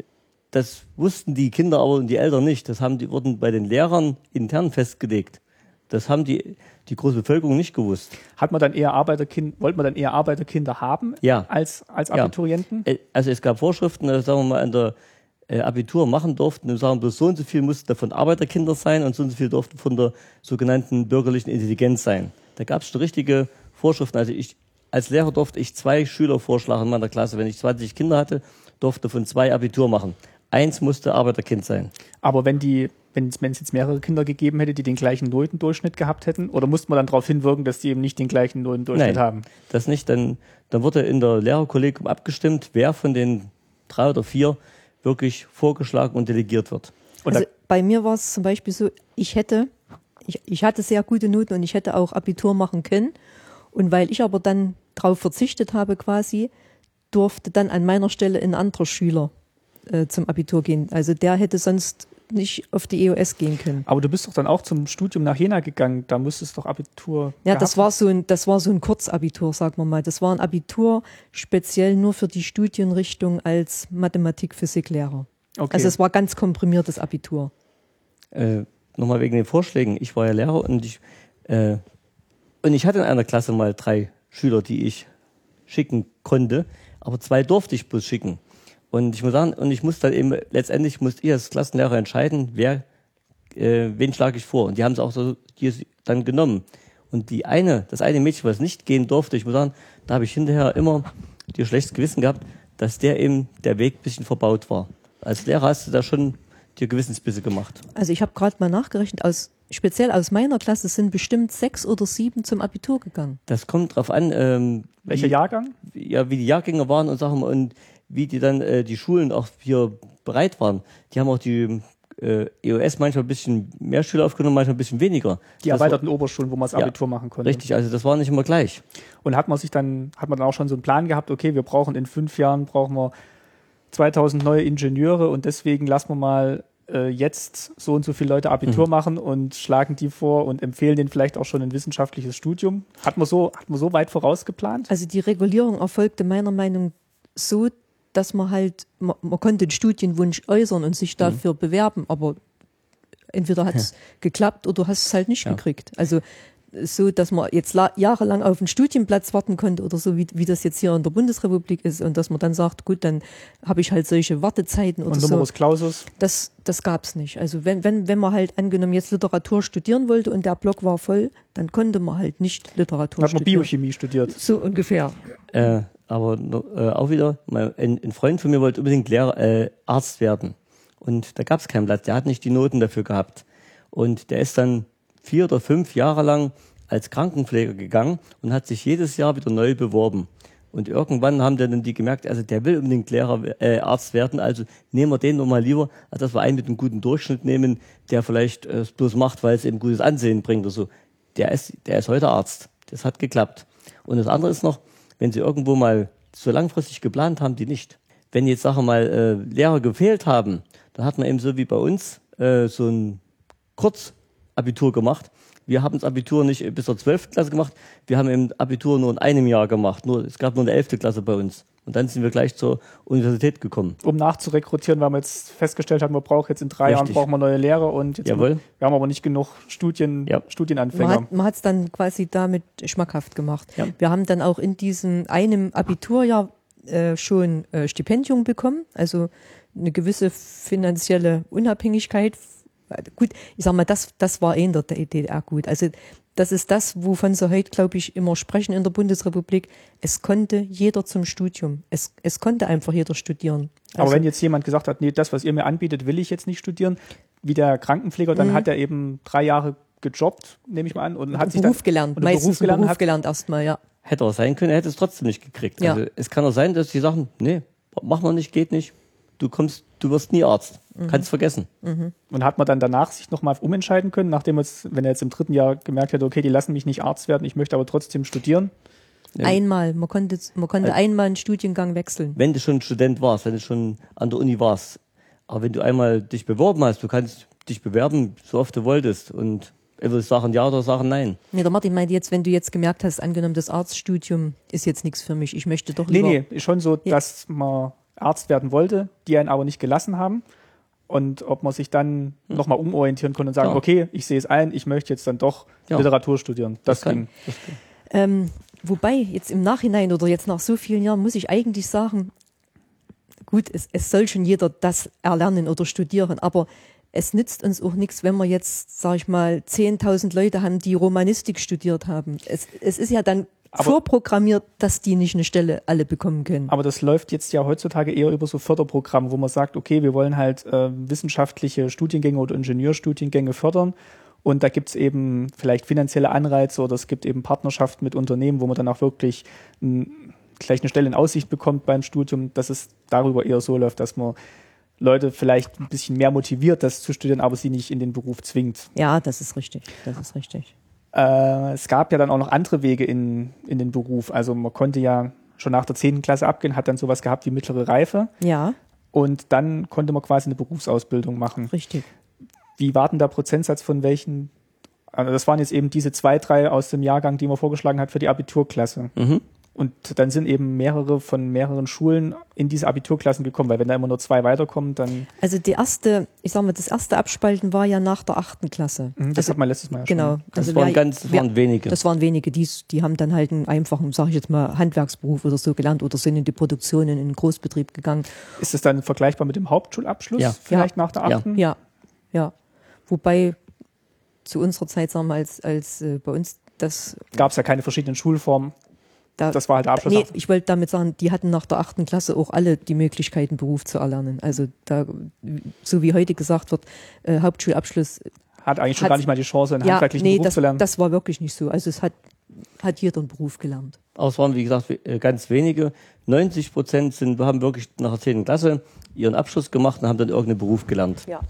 das wussten die Kinder aber und die Eltern nicht. Das haben die, wurden bei den Lehrern intern festgelegt. Das haben die, die große Bevölkerung nicht gewusst. Hat man dann eher Arbeiterkind, wollte man dann eher Arbeiterkinder haben ja. als, als Abiturienten? Ja. Also es gab Vorschriften, also sagen wir mal, an der äh, Abitur machen durften und sagen, bloß so und so viel mussten davon Arbeiterkinder sein und so und so viel durften von der sogenannten bürgerlichen Intelligenz sein. Da gab es schon richtige Vorschriften. Also ich, als Lehrer durfte ich zwei Schüler vorschlagen in meiner Klasse. Wenn ich zwanzig Kinder hatte, durfte von zwei Abitur machen. Eins musste Arbeiterkind sein. Aber wenn die, wenn es jetzt mehrere Kinder gegeben hätte, die den gleichen Notendurchschnitt gehabt hätten, oder musste man dann darauf hinwirken, dass die eben nicht den gleichen Notendurchschnitt Nein, haben? Das nicht. Dann, dann wurde in der Lehrerkollegium abgestimmt, wer von den drei oder vier wirklich vorgeschlagen und delegiert wird. Und also bei mir war es zum Beispiel so, ich hätte, ich, ich hatte sehr gute Noten und ich hätte auch Abitur machen können. Und weil ich aber dann darauf verzichtet habe quasi, durfte dann an meiner Stelle ein anderer Schüler äh, zum Abitur gehen. Also der hätte sonst nicht auf die E O S gehen können. Aber du bist doch dann auch zum Studium nach Jena gegangen, da musstest du doch Abitur Ja, gehabt das war so ein, das war so ein Kurzabitur, sagen wir mal. Das war ein Abitur speziell nur für die Studienrichtung als Mathematik-Physik-Lehrer. Okay. Also es war ganz komprimiertes Abitur. Äh, Nochmal wegen den Vorschlägen. Ich war ja Lehrer und ich, äh, und ich hatte in einer Klasse mal drei Schüler, die ich schicken konnte, aber zwei durfte ich bloß schicken. Und ich muss sagen, und ich muss dann eben, letztendlich musste ich als Klassenlehrer entscheiden, wer, äh, wen schlage ich vor. Und die haben es auch so die dann genommen. Und die eine, das eine Mädchen, was nicht gehen durfte, ich muss sagen, da habe ich hinterher immer dir schlechtes Gewissen gehabt, dass der eben der Weg ein bisschen verbaut war. Als Lehrer hast du da schon dir Gewissensbisse gemacht. Also ich habe gerade mal nachgerechnet, aus, speziell aus meiner Klasse sind bestimmt sechs oder sieben zum Abitur gegangen. Das kommt drauf an, ähm, Welcher wie, Jahrgang? ja, wie die Jahrgänge waren und Sachen und wie die dann äh, die Schulen auch hier bereit waren. Die haben auch die äh, E O S manchmal ein bisschen mehr Schüler aufgenommen, manchmal ein bisschen weniger. Die Das erweiterten Oberschulen, wo man das Ja, Abitur machen konnte. Richtig, also das war nicht immer gleich. Und hat man sich dann, hat man dann auch schon so einen Plan gehabt, okay, wir brauchen in fünf Jahren, brauchen wir zweitausend neue Ingenieure und deswegen lassen wir mal äh, jetzt so und so viele Leute Abitur Mhm. machen und schlagen die vor und empfehlen denen vielleicht auch schon ein wissenschaftliches Studium. Hat man so, hat man so weit vorausgeplant? Also die Regulierung erfolgte meiner Meinung nach so, dass man halt, man, man konnte den Studienwunsch äußern und sich dafür mhm. bewerben, aber entweder hat es ja. geklappt oder du hast es halt nicht ja. gekriegt. Also so, dass man jetzt la- jahrelang auf einen Studienplatz warten konnte oder so, wie, wie das jetzt hier in der Bundesrepublik ist und dass man dann sagt, gut, dann habe ich halt solche Wartezeiten oder und so. Numerus Clausus? Das, das gab es nicht. Also wenn, wenn, wenn man halt angenommen jetzt Literatur studieren wollte und der Block war voll, dann konnte man halt nicht Literatur dann hat man studieren. Biochemie studiert. So ungefähr. Äh, aber äh, auch wieder, ein, ein Freund von mir wollte unbedingt Lehrer, äh, Arzt werden. Und da gab es keinen Platz, der hat nicht die Noten dafür gehabt. Und der ist dann vier oder fünf Jahre lang als Krankenpfleger gegangen und hat sich jedes Jahr wieder neu beworben. Und irgendwann haben dann die gemerkt, also der will unbedingt Lehrer, äh, Arzt werden, also nehmen wir den nochmal lieber, als dass wir einen mit einem guten Durchschnitt nehmen, der vielleicht es äh, bloß macht, weil es eben gutes Ansehen bringt oder so. Der ist, der ist heute Arzt. Das hat geklappt. Und das andere ist noch, wenn Sie irgendwo mal so langfristig geplant haben, die nicht. Wenn jetzt, sagen wir mal, äh, Lehrer gefehlt haben, dann hat man eben so wie bei uns äh, so ein Kurzabitur gemacht. Wir haben das Abitur nicht bis zur zwölften Klasse gemacht, wir haben eben Abitur nur in einem Jahr gemacht. Nur, es gab nur eine elfte Klasse bei uns. Und dann sind wir gleich zur Universität gekommen. Um nachzurekrutieren, weil wir jetzt festgestellt haben, wir brauchen jetzt in drei Richtig. Jahren brauchen wir neue Lehrer und jetzt Jawohl. Haben, wir haben aber nicht genug Studien, ja. Studienanfänger. Man hat es dann quasi damit schmackhaft gemacht. Ja. Wir haben dann auch in diesem einem Abiturjahr äh, schon äh, Stipendium bekommen, also eine gewisse finanzielle Unabhängigkeit. Gut, ich sag mal, das, das war in der D D R gut. Also das ist das, wovon sie heute, glaube ich, immer sprechen in der Bundesrepublik. Es konnte jeder zum Studium. Es, es konnte einfach jeder studieren. Also, aber wenn jetzt jemand gesagt hat, nee, das, was ihr mir anbietet, will ich jetzt nicht studieren, wie der Krankenpfleger, dann mhm. hat er eben drei Jahre gejobbt, nehme ich mal an, und, und hat sich Beruf dann gelernt, und meistens Beruf gelernt, Beruf hat, gelernt erstmal, ja. Hätte auch sein können, er hätte es trotzdem nicht gekriegt. Ja. Also es kann auch sein, dass die sagen, nee, machen wir nicht, geht nicht. Du kommst, du wirst nie Arzt. Mhm. Kannst vergessen. Mhm. Und hat man dann danach sich nochmal umentscheiden können, nachdem jetzt, wenn er jetzt im dritten Jahr gemerkt hätte, okay, die lassen mich nicht Arzt werden, ich möchte aber trotzdem studieren? Ja. Einmal, man konnte, man konnte also, einmal einen Studiengang wechseln. Wenn du schon Student warst, wenn du schon an der Uni warst. Aber wenn du einmal dich beworben hast, du kannst dich bewerben, so oft du wolltest. Und entweder sagen ja oder sagen nein. Nee, der Martin meinte jetzt, wenn du jetzt gemerkt hast, angenommen, das Arztstudium ist jetzt nichts für mich, ich möchte doch lieber... Nee, nee, schon so, ja. dass man Arzt werden wollte, die einen aber nicht gelassen haben. Und ob man sich dann hm. nochmal umorientieren konnte und sagen, ja. okay, ich sehe es ein, ich möchte jetzt dann doch ja. Literatur studieren. Das, das ging. Das ging. Ähm, wobei, jetzt im Nachhinein oder jetzt nach so vielen Jahren muss ich eigentlich sagen, gut, es, es soll schon jeder das erlernen oder studieren, aber es nützt uns auch nichts, wenn wir jetzt, sag ich mal, zehntausend Leute haben, die Romanistik studiert haben. Es, es ist ja dann aber vorprogrammiert, dass die nicht eine Stelle alle bekommen können. Aber das läuft jetzt ja heutzutage eher über so Förderprogramme, wo man sagt, okay, wir wollen halt äh, wissenschaftliche Studiengänge oder Ingenieurstudiengänge fördern. Und da gibt's eben vielleicht finanzielle Anreize oder es gibt eben Partnerschaften mit Unternehmen, wo man dann auch wirklich ein, gleich eine Stelle in Aussicht bekommt beim Studium, dass es darüber eher so läuft, dass man Leute vielleicht ein bisschen mehr motiviert, das zu studieren, aber sie nicht in den Beruf zwingt. Ja, das ist richtig. Das ist richtig. Äh, es gab ja dann auch noch andere Wege in, in den Beruf. Also man konnte ja schon nach der zehnten Klasse abgehen, hat dann sowas gehabt wie mittlere Reife. Ja, Und dann konnte man quasi eine Berufsausbildung machen. richtig. Wie war denn der Prozentsatz von welchen? Also das waren jetzt eben diese zwei, drei aus dem Jahrgang, die man vorgeschlagen hat für die Abiturklasse. Mhm. Und dann sind eben mehrere von mehreren Schulen in diese Abiturklassen gekommen, weil wenn da immer nur zwei weiterkommen, dann... Also die erste, ich sag mal, das erste Abspalten war ja nach der achten Klasse. Das also, hat man letztes Mal ja Genau. schon. Das Also waren wer- ganz, das wer- waren wenige. Das waren wenige, die, die haben dann halt einen einfachen, sag ich jetzt mal, Handwerksberuf oder so gelernt oder sind in die Produktion in einen Großbetrieb gegangen. Ist das dann vergleichbar mit dem Hauptschulabschluss? Ja. Vielleicht Ja. nach der Ja. achten? Ja, ja. Wobei zu unserer Zeit, sagen wir, als, als äh, bei uns das Gab es ja keine verschiedenen Schulformen. da, Das war halt der Abschluss. Nee, ich wollte damit sagen, die hatten nach der achten Klasse auch alle die Möglichkeit, einen Beruf zu erlernen. Also da, so wie heute gesagt wird, äh, Hauptschulabschluss. Hat eigentlich schon Hat- gar nicht mal die Chance, einen Ja, handwerklichen nee, Beruf das, zu lernen. das war wirklich nicht so. Also es hat, hat jeder einen Beruf gelernt. Aber es waren, wie gesagt, we- ganz wenige. neunzig Prozent sind, haben wirklich nach der zehnten Klasse ihren Abschluss gemacht und haben dann irgendeinen Beruf gelernt. Ja.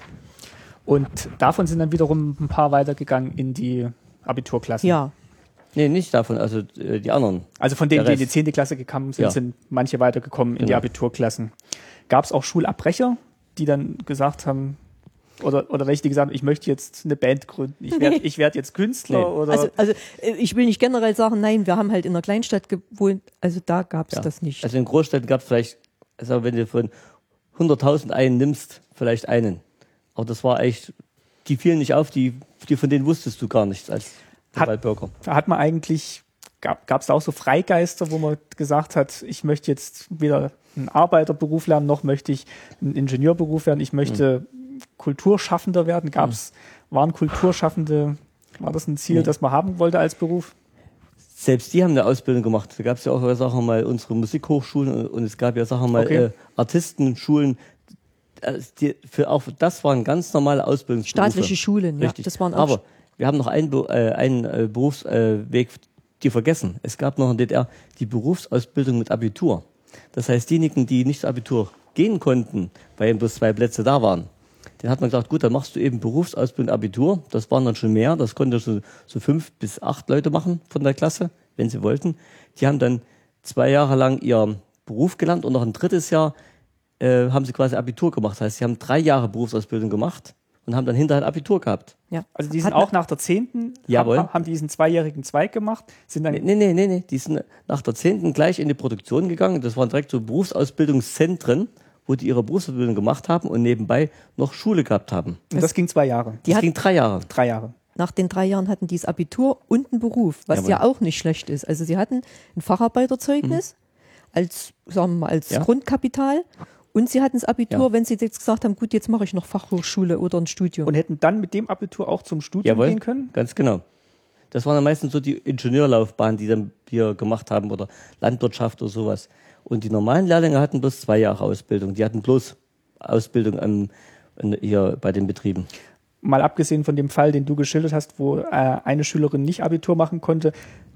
Und davon sind dann wiederum ein paar weitergegangen in die Abiturklassen. Ja. Nee, nicht davon, also äh, die anderen. Also von denen, Der die in die Rest. zehnte Klasse gekommen sind, Ja. sind manche weitergekommen in die Genau. Abiturklassen. Gab es auch Schulabbrecher, die dann gesagt haben, oder, oder welche, die gesagt haben, ich möchte jetzt eine Band gründen, ich werde ich werd jetzt Künstler Nee. oder... Also, also äh, ich will nicht generell sagen, nein, wir haben halt in einer Kleinstadt gewohnt, also da gab es Ja. das nicht. Also in Großstädten gab es vielleicht, also wenn du von hunderttausend einen nimmst, vielleicht einen. Aber das war echt, die fielen nicht auf, die, die von denen wusstest du gar nichts als Hat- Waldbürger. Da hat man eigentlich, gab es da auch so Freigeister, wo man gesagt hat, ich möchte jetzt weder einen Arbeiterberuf lernen, noch möchte ich einen Ingenieurberuf werden, ich möchte Kulturschaffender werden. Gab's, waren Kulturschaffende, war das ein Ziel, Nee. das man haben wollte als Beruf? Selbst die haben eine Ausbildung gemacht. Da gab es ja auch, sagen wir mal, unsere Musikhochschulen und, und es gab ja, sagen wir mal, Okay. äh, Artistenschulen. Also die, für auch das waren ganz normale Ausbildungsberufe. Staatliche Schulen, ja. Richtig. Das waren auch Aber wir haben noch einen, Be- äh, einen äh, Berufsweg äh, Weg, die vergessen. Es gab noch in der D D R die Berufsausbildung mit Abitur. Das heißt, diejenigen, die nicht zum Abitur gehen konnten, weil eben bloß zwei Plätze da waren, den hat man gesagt, gut, dann machst du eben Berufsausbildung Abitur. Das waren dann schon mehr. Das konnte so, so fünf bis acht Leute machen von der Klasse, wenn sie wollten. Die haben dann zwei Jahre lang ihren Beruf gelernt und noch ein drittes Jahr äh, haben sie quasi Abitur gemacht. Das heißt, sie haben drei Jahre Berufsausbildung gemacht und haben dann hinterher Abitur gehabt. ja. Also die sind Hat auch man- nach der zehnten Jawohl. haben, haben diesen zweijährigen Zweig gemacht, sind dann Nee, nee, nee, nee, nee. Die sind nach der zehnten gleich in die Produktion gegangen. Das waren direkt so Berufsausbildungszentren, wo die ihre Berufsausbildung gemacht haben und nebenbei noch Schule gehabt haben. und das ging zwei Jahre, Die das hat- ging drei Jahre. drei Jahre. Nach den drei Jahren hatten die das Abitur und einen Beruf, was Jawohl. ja auch nicht schlecht ist. Also sie hatten ein Facharbeiterzeugnis als, sagen wir mal, als Ja. Grundkapital und sie hatten das Abitur, Ja. wenn sie jetzt gesagt haben, gut, jetzt mache ich noch Fachhochschule oder ein Studium. Und hätten dann mit dem Abitur auch zum Studium Jawohl, gehen können? ganz genau. Das waren dann meistens so die Ingenieurlaufbahnen, die dann wir gemacht haben oder Landwirtschaft oder sowas. Und die normalen Lehrlinge hatten bloß zwei Jahre Ausbildung. Die hatten bloß Ausbildung am, in- hier bei den Betrieben. Mal abgesehen von dem Fall, den du geschildert hast, wo äh, eine Schülerin nicht Abitur machen konnte,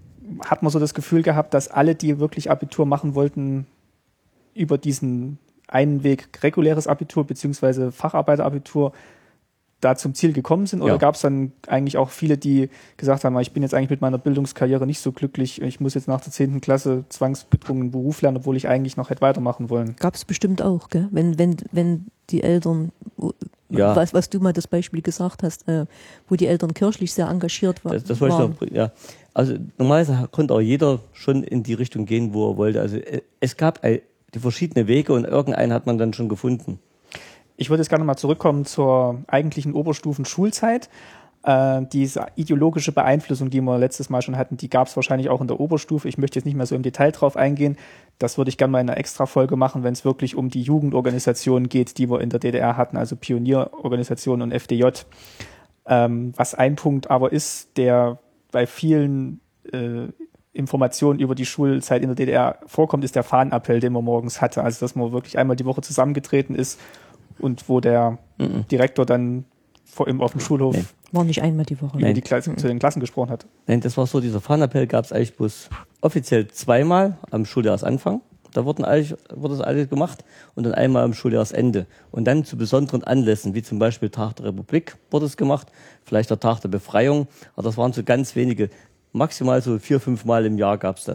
hat man so das Gefühl gehabt, dass alle, die wirklich Abitur machen wollten, über diesen einen Weg reguläres Abitur beziehungsweise Facharbeiterabitur da zum Ziel gekommen sind? Oder Ja. gab es dann eigentlich auch viele, die gesagt haben, ich bin jetzt eigentlich mit meiner Bildungskarriere nicht so glücklich, ich muss jetzt nach der zehnten Klasse zwangsbedrungen einen Beruf lernen, obwohl ich eigentlich noch hätte weitermachen wollen? Gab es bestimmt auch, gell? Wenn, wenn, wenn die Eltern, Ja. was, was du mal das Beispiel gesagt hast, äh, wo die Eltern kirchlich sehr engagiert wa- Das, das wollte ich waren. noch bringen, ja. Also normalerweise konnte auch jeder schon in die Richtung gehen, wo er wollte. Also äh, es gab äh, die verschiedenen Wege und irgendeinen hat man dann schon gefunden. Ich würde jetzt gerne mal zurückkommen zur eigentlichen Oberstufen-Schulzeit. Äh, diese ideologische Beeinflussung, die wir letztes Mal schon hatten, die gab es wahrscheinlich auch in der Oberstufe. Ich möchte jetzt nicht mehr so im Detail drauf eingehen. Das würde ich gerne mal in einer Extra-Folge machen, wenn es wirklich um die Jugendorganisationen geht, die wir in der D D R hatten, also Pionierorganisationen und F D J. Ähm, was ein Punkt aber ist, der bei vielen äh, Informationen über die Schulzeit in der D D R vorkommt, ist der Fahnenappell, den man morgens hatte. Also dass man wirklich einmal die Woche zusammengetreten ist und wo der Mhm. Direktor dann vor ihm auf dem Schulhof Nee. War nicht einmal die Woche. über die Klasse, zu den Klassen gesprochen hat. Nein, das war so, dieser Fahnenappell gab es eigentlich bloß offiziell zweimal am Schuljahresanfang. Da wurden eigentlich, wurde das alles gemacht und dann einmal am Schuljahresende. Und dann zu besonderen Anlässen, wie zum Beispiel Tag der Republik wurde es gemacht, vielleicht der Tag der Befreiung. Aber das waren so ganz wenige, maximal so vier, fünf Mal im Jahr gab es das.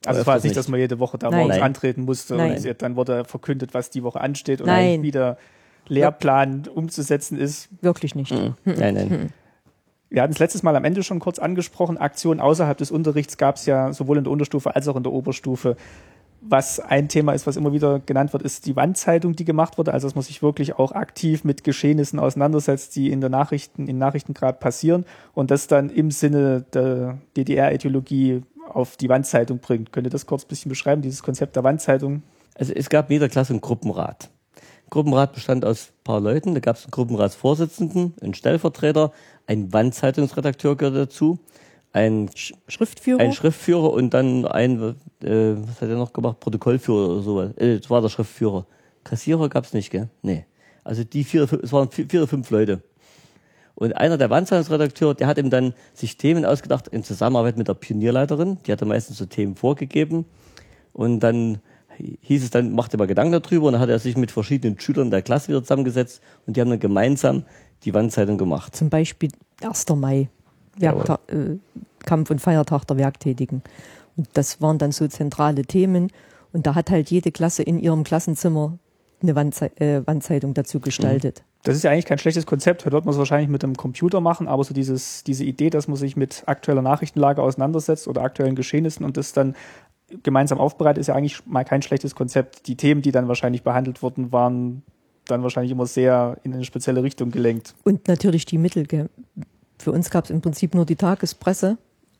Also es war jetzt nicht, dass man jede Woche da Nein. morgens Nein. antreten musste Nein. und dann wurde verkündet, was die Woche ansteht und Nein. dann wieder Lehrplan umzusetzen ist. Wirklich nicht. Mhm. Nein, nein. Wir hatten es letztes Mal am Ende schon kurz angesprochen, Aktionen außerhalb des Unterrichts gab es ja sowohl in der Unterstufe als auch in der Oberstufe. Was ein Thema ist, was immer wieder genannt wird, ist die Wandzeitung, die gemacht wurde. Also dass man sich wirklich auch aktiv mit Geschehnissen auseinandersetzt, die in der Nachrichten, in Nachrichten gerade passieren und das dann im Sinne der D D R-Ideologie auf die Wandzeitung bringt. Könnt ihr das kurz ein bisschen beschreiben, dieses Konzept der Wandzeitung? Also es gab in jeder Klasse einen Gruppenrat. Der Gruppenrat bestand aus ein paar Leuten. Da gab es einen Gruppenratsvorsitzenden, einen Stellvertreter, einen Wandzeitungsredakteur gehört dazu, ein Schriftführer? Ein Schriftführer und dann ein, äh, was hat er noch gemacht? Protokollführer oder sowas. Äh, das war der Schriftführer. Kassierer gab's nicht, gell? Nee. Also die vier, es waren vier, vier oder fünf Leute. Und einer der Wandzeitungsredakteure, der hat ihm dann sich Themen ausgedacht in Zusammenarbeit mit der Pionierleiterin. Die hat er meistens so Themen vorgegeben. Und dann hieß es dann, macht er mal Gedanken darüber. Und dann hat er sich mit verschiedenen Schülern der Klasse wieder zusammengesetzt. Und die haben dann gemeinsam die Wandzeitung gemacht. Zum Beispiel erster Mai. Werkta- äh, Kampf- und Feiertag der Werktätigen. Und das waren dann so zentrale Themen. Und da hat halt jede Klasse in ihrem Klassenzimmer eine Wandzei- äh, Wandzeitung dazu gestaltet. Das ist ja eigentlich kein schlechtes Konzept. Heute wird man es wahrscheinlich mit einem Computer machen, aber so dieses, diese Idee, dass man sich mit aktueller Nachrichtenlage auseinandersetzt oder aktuellen Geschehnissen und das dann gemeinsam aufbereitet, ist ja eigentlich mal kein schlechtes Konzept. Die Themen, die dann wahrscheinlich behandelt wurden, waren dann wahrscheinlich immer sehr in eine spezielle Richtung gelenkt. Und natürlich die Mittel. Gell. Für uns gab es im Prinzip nur die Tagespresse,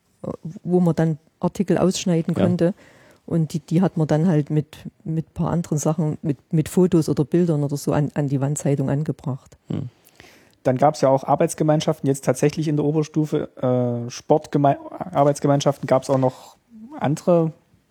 wo man dann Artikel ausschneiden Ja. konnte. Und die, die hat man dann halt mit mit ein paar anderen Sachen, mit, mit Fotos oder Bildern oder so an, an die Wandzeitung angebracht. Hm. Dann gab es ja auch Arbeitsgemeinschaften, jetzt tatsächlich in der Oberstufe. Äh, Sportarbeitsgemeinschaften gab es auch noch andere,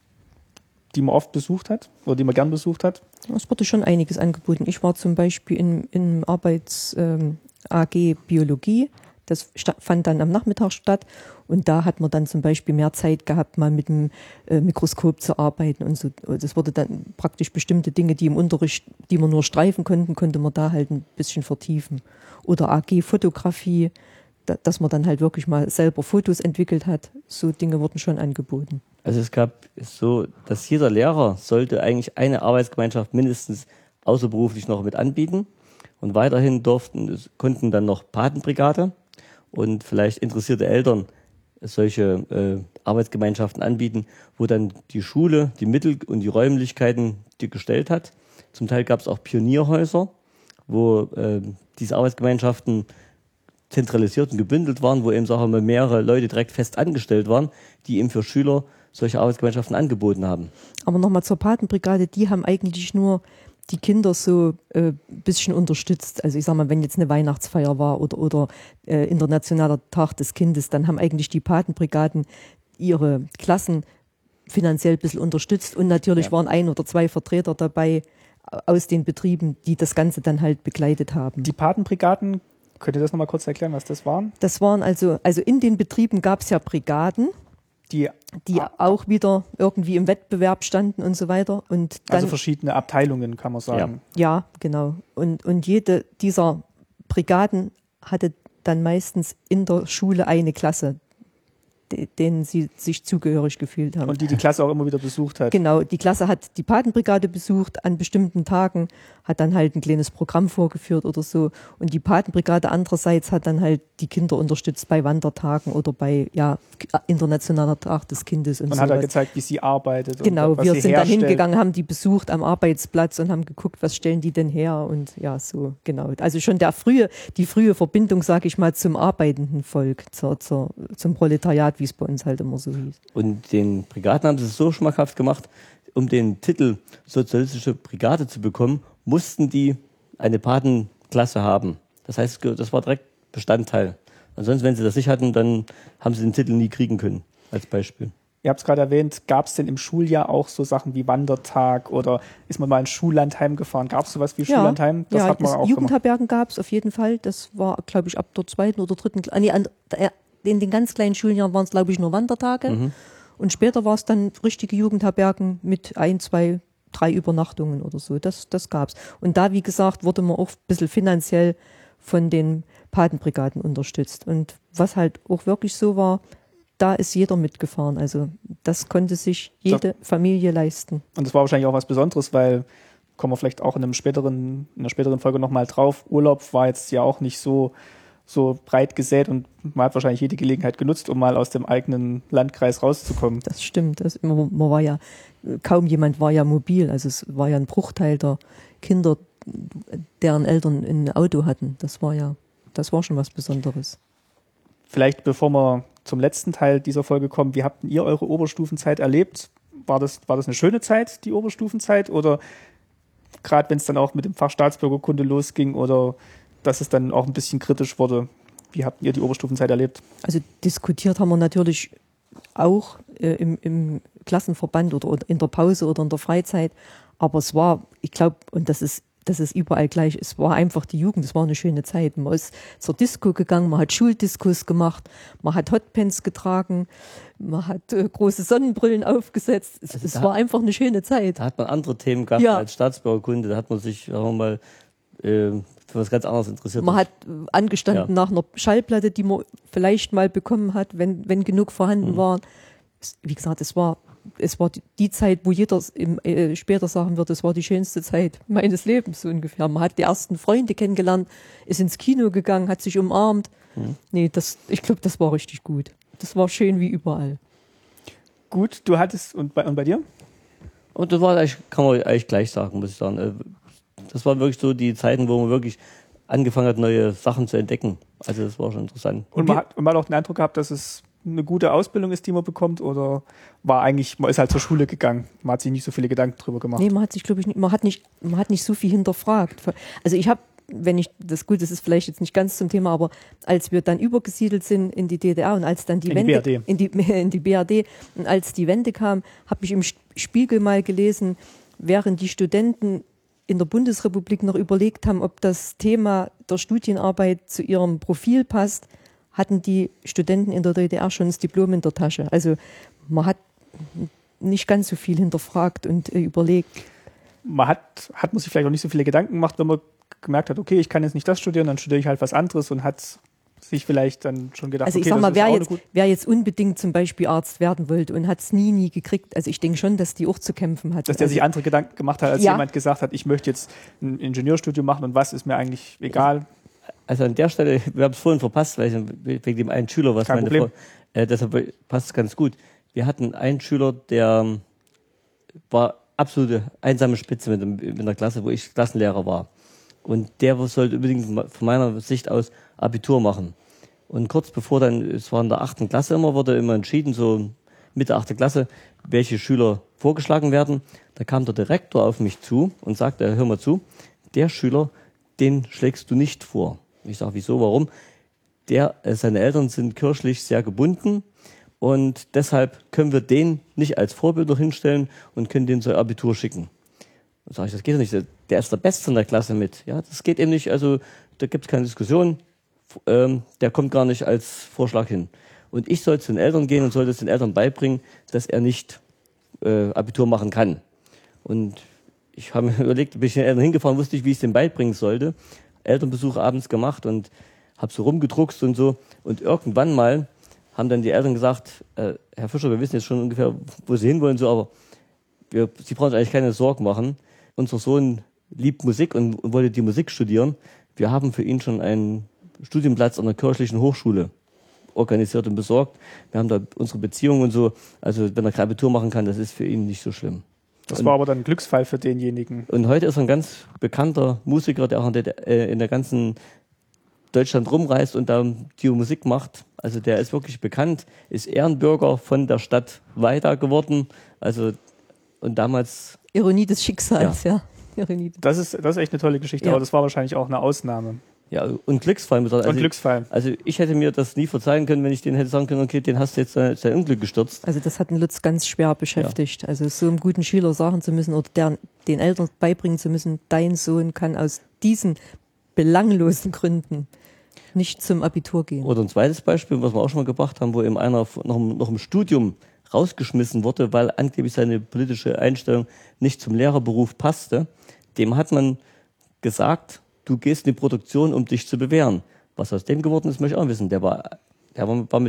die man oft besucht hat oder die man gern besucht hat. Es wurde schon einiges angeboten. Ich war zum Beispiel in, in Arbeits ähm, A G Biologie. Das sta- fand dann am Nachmittag statt und da hat man dann zum Beispiel mehr Zeit gehabt, mal mit dem äh, Mikroskop zu arbeiten und so. Das wurde dann praktisch bestimmte Dinge, die im Unterricht, die man nur streifen konnten, konnte man da halt ein bisschen vertiefen. Oder A G Fotografie, da, dass man dann halt wirklich mal selber Fotos entwickelt hat. So Dinge wurden schon angeboten. Also es gab so, dass jeder Lehrer sollte eigentlich eine Arbeitsgemeinschaft mindestens außerberuflich noch mit anbieten. Und weiterhin durften, konnten dann noch Patenbrigade und vielleicht interessierte Eltern solche äh, Arbeitsgemeinschaften anbieten, wo dann die Schule die Mittel und die Räumlichkeiten die gestellt hat. Zum Teil gab es auch Pionierhäuser, wo äh, diese Arbeitsgemeinschaften zentralisiert und gebündelt waren, wo eben sagen wir, mehrere Leute direkt fest angestellt waren, die eben für Schüler solche Arbeitsgemeinschaften angeboten haben. Aber nochmal zur Patenbrigade, die haben eigentlich nur die Kinder so ein äh, bisschen unterstützt. Also ich sag mal, wenn jetzt eine Weihnachtsfeier war oder, oder äh, Internationaler Tag des Kindes, dann haben eigentlich die Patenbrigaden ihre Klassen finanziell ein bisschen unterstützt und natürlich Ja. waren ein oder zwei Vertreter dabei aus den Betrieben, die das Ganze dann halt begleitet haben. Die Patenbrigaden, könnt ihr das nochmal kurz erklären, was das waren? Das waren also, also in den Betrieben gab es ja Brigaden, Die die auch wieder irgendwie im Wettbewerb standen und so weiter. Und dann, Also verschiedene Abteilungen, kann man sagen. ja, genau. Und, und jede dieser Brigaden hatte dann meistens in der Schule eine Klasse, de- denen sie sich zugehörig gefühlt haben. Und die die Klasse auch immer wieder besucht hat. Genau, die Klasse hat die Patenbrigade besucht an bestimmten Tagen, hat dann halt ein kleines Programm vorgeführt oder so. Und die Patenbrigade andererseits hat dann halt die Kinder unterstützt bei Wandertagen oder bei ja Internationaler Tag des Kindes und Und so. hat er gezeigt, wie sie arbeitet. Genau, und was wir sie sind dann herstellt. hingegangen, haben die besucht am Arbeitsplatz und haben geguckt, was stellen die denn her und ja, so, genau. Also schon der frühe, die frühe Verbindung, sage ich mal, zum arbeitenden Volk, zur, zur, zum Proletariat, wie es bei uns halt immer so hieß. Und den Brigaden haben sie es so schmackhaft gemacht, um den Titel Sozialistische Brigade zu bekommen, mussten die eine Patenklasse haben. Das heißt, das war direkt Bestandteil. Ansonsten, wenn sie das nicht hatten, dann haben sie den Titel nie kriegen können, als Beispiel. Ihr habt es gerade erwähnt, gab es denn im Schuljahr auch so Sachen wie Wandertag oder ist man mal ins Schullandheim gefahren? Gab es sowas wie Schullandheim? Das ja, hat man das auch gemacht. Jugendherbergen gab es auf jeden Fall. Das war, glaube ich, ab der zweiten oder dritten, Kla- nee, an, äh, in den ganz kleinen Schuljahren waren es, glaube ich, nur Wandertage. Mhm. Und später war es dann richtige Jugendherbergen mit ein, zwei, drei Übernachtungen oder so. Das, das gab's. Und da, wie gesagt, wurde man auch ein bisschen finanziell von den Patenbrigaden unterstützt. Und was halt auch wirklich so war, da ist jeder mitgefahren. Also das konnte sich jede das, Familie leisten. Und das war wahrscheinlich auch was Besonderes, weil, kommen wir vielleicht auch in einem späteren, in einer späteren Folge nochmal drauf, Urlaub war jetzt ja auch nicht so, so breit gesät und man hat wahrscheinlich jede Gelegenheit genutzt, um mal aus dem eigenen Landkreis rauszukommen. Das stimmt. Das, man, man war ja, kaum jemand war ja mobil. Also es war ja ein Bruchteil der Kinder, deren Eltern ein Auto hatten. Das war ja, das war schon was Besonderes. Vielleicht bevor wir zum letzten Teil dieser Folge kommen, wie habt ihr eure Oberstufenzeit erlebt? War das, war das eine schöne Zeit, die Oberstufenzeit? Oder gerade wenn es dann auch mit dem Fach Staatsbürgerkunde losging oder dass es dann auch ein bisschen kritisch wurde? Wie habt ihr die Oberstufenzeit erlebt? Also diskutiert haben wir natürlich auch äh, im, im Klassenverband oder, oder in der Pause oder in der Freizeit. Aber es war, ich glaube, und das ist Das ist überall gleich. Es war einfach die Jugend, es war eine schöne Zeit. Man ist zur Disco gegangen, man hat Schuldiskos gemacht, man hat Hotpants getragen, man hat äh, große Sonnenbrillen aufgesetzt. Es, also es war einfach eine schöne Zeit. Da hat man andere Themen gehabt ja. als Staatsbürgerkunde. Da hat man sich sagen wir mal äh, für was ganz anderes interessiert. Man hat angestanden ja. nach einer Schallplatte, die man vielleicht mal bekommen hat, wenn, wenn genug vorhanden mhm. waren. Wie gesagt, es war Es war die, die Zeit, wo jeder im, äh, später sagen wird, es war die schönste Zeit meines Lebens so ungefähr. Man hat die ersten Freunde kennengelernt, ist ins Kino gegangen, hat sich umarmt. Hm. Nee, das, ich glaube, das war richtig gut. Das war schön wie überall. Gut, du hattest, und bei, und bei dir? Und das war eigentlich, kann man eigentlich gleich sagen, muss ich sagen. Das waren wirklich so die Zeiten, wo man wirklich angefangen hat, neue Sachen zu entdecken. Also das war schon interessant. Und man hat, und man hat auch den Eindruck gehabt, dass es eine gute Ausbildung ist, die man bekommt, oder war eigentlich, man ist halt zur Schule gegangen, man hat sich nicht so viele Gedanken drüber gemacht? Nee, man hat sich, glaube ich, nicht, man hat nicht, man hat nicht so viel hinterfragt. Also ich habe, wenn ich, das gut, das ist vielleicht jetzt nicht ganz zum Thema, aber als wir dann übergesiedelt sind in die D D R und als dann die in Wende, die B R D. in die, in die B R D, und als die Wende kam, habe ich im Spiegel mal gelesen, während die Studenten in der Bundesrepublik noch überlegt haben, ob das Thema der Studienarbeit zu ihrem Profil passt, hatten die Studenten in der D D R schon das Diplom in der Tasche. Also man hat nicht ganz so viel hinterfragt und äh, überlegt. Man hat, hat man sich vielleicht auch nicht so viele Gedanken gemacht, wenn man gemerkt hat, okay, ich kann jetzt nicht das studieren, dann studiere ich halt was anderes und hat sich vielleicht dann schon gedacht, also ich okay, sag mal, das wer ist auch jetzt, gut. wer jetzt unbedingt zum Beispiel Arzt werden wollte und hat es nie, nie gekriegt, also ich denke schon, dass die auch zu kämpfen hat. Dass der also, sich andere Gedanken gemacht hat, als ja. jemand gesagt hat, ich möchte jetzt ein Ingenieurstudium machen und was ist mir eigentlich egal. Also an der Stelle, wir haben es vorhin verpasst, weil ich, wegen dem einen Schüler, was Kein meine Problem. Frau, äh, deshalb passt es ganz gut. Wir hatten einen Schüler, der war absolute einsame Spitze mit, dem, mit der Klasse, wo ich Klassenlehrer war. Und der sollte unbedingt von meiner Sicht aus Abitur machen. Und kurz bevor dann, es war in der achten Klasse immer, wurde immer entschieden, so Mitte achte Klasse, welche Schüler vorgeschlagen werden. Da kam der Direktor auf mich zu und sagte, hör mal zu, der Schüler, den schlägst du nicht vor. Ich sage, wieso, warum? Der, äh, seine Eltern sind kirchlich sehr gebunden und deshalb können wir den nicht als Vorbild noch hinstellen und können den zur Abitur schicken. Dann sage ich, das geht doch nicht, der ist der Beste in der Klasse mit. Ja, das geht eben nicht, also da gibt es keine Diskussion, ähm, der kommt gar nicht als Vorschlag hin. Und ich soll zu den Eltern gehen und soll das den Eltern beibringen, dass er nicht äh, Abitur machen kann. Und ich habe mir überlegt, bin ich den Eltern hingefahren, wusste nicht, wie ich es denen beibringen sollte. Elternbesuch abends gemacht und habe so rumgedruckst und so. Und irgendwann mal haben dann die Eltern gesagt, äh, Herr Fischer, wir wissen jetzt schon ungefähr, wo Sie hinwollen, so, aber wir, Sie brauchen sich eigentlich keine Sorgen machen. Unser Sohn liebt Musik und, und wollte die Musik studieren. Wir haben für ihn schon einen Studienplatz an der kirchlichen Hochschule organisiert und besorgt. Wir haben da unsere Beziehungen und so. Also wenn er kein Abitur machen kann, das ist für ihn nicht so schlimm. Das und, war aber dann ein Glücksfall für denjenigen. Und heute ist er ein ganz bekannter Musiker, der auch in der, äh, in der ganzen Deutschland rumreist und da die Musik macht. Also der ist wirklich bekannt, ist Ehrenbürger von der Stadt Weida geworden. Also und damals... Ironie des Schicksals, ja. ja. Ironie. Das ist, das ist echt eine tolle Geschichte, Ja. aber das war wahrscheinlich auch eine Ausnahme. Ja, und Glücksfall. Also, Und Glücksfall. Also ich hätte mir das nie verzeihen können, wenn ich denen hätte sagen können, okay, den hast du jetzt äh, sein Unglück gestürzt. Also das hat den Lutz ganz schwer beschäftigt. Ja. Also so einem guten Schüler sagen zu müssen oder der, den Eltern beibringen zu müssen, dein Sohn kann aus diesen belanglosen Gründen nicht zum Abitur gehen. Oder ein zweites Beispiel, was wir auch schon mal gebracht haben, wo eben einer noch, noch im Studium rausgeschmissen wurde, weil angeblich seine politische Einstellung nicht zum Lehrerberuf passte. Dem hat man gesagt, du gehst in die Produktion, um dich zu bewähren. Was aus dem geworden ist, möchte ich auch wissen. Der war, der war, war mit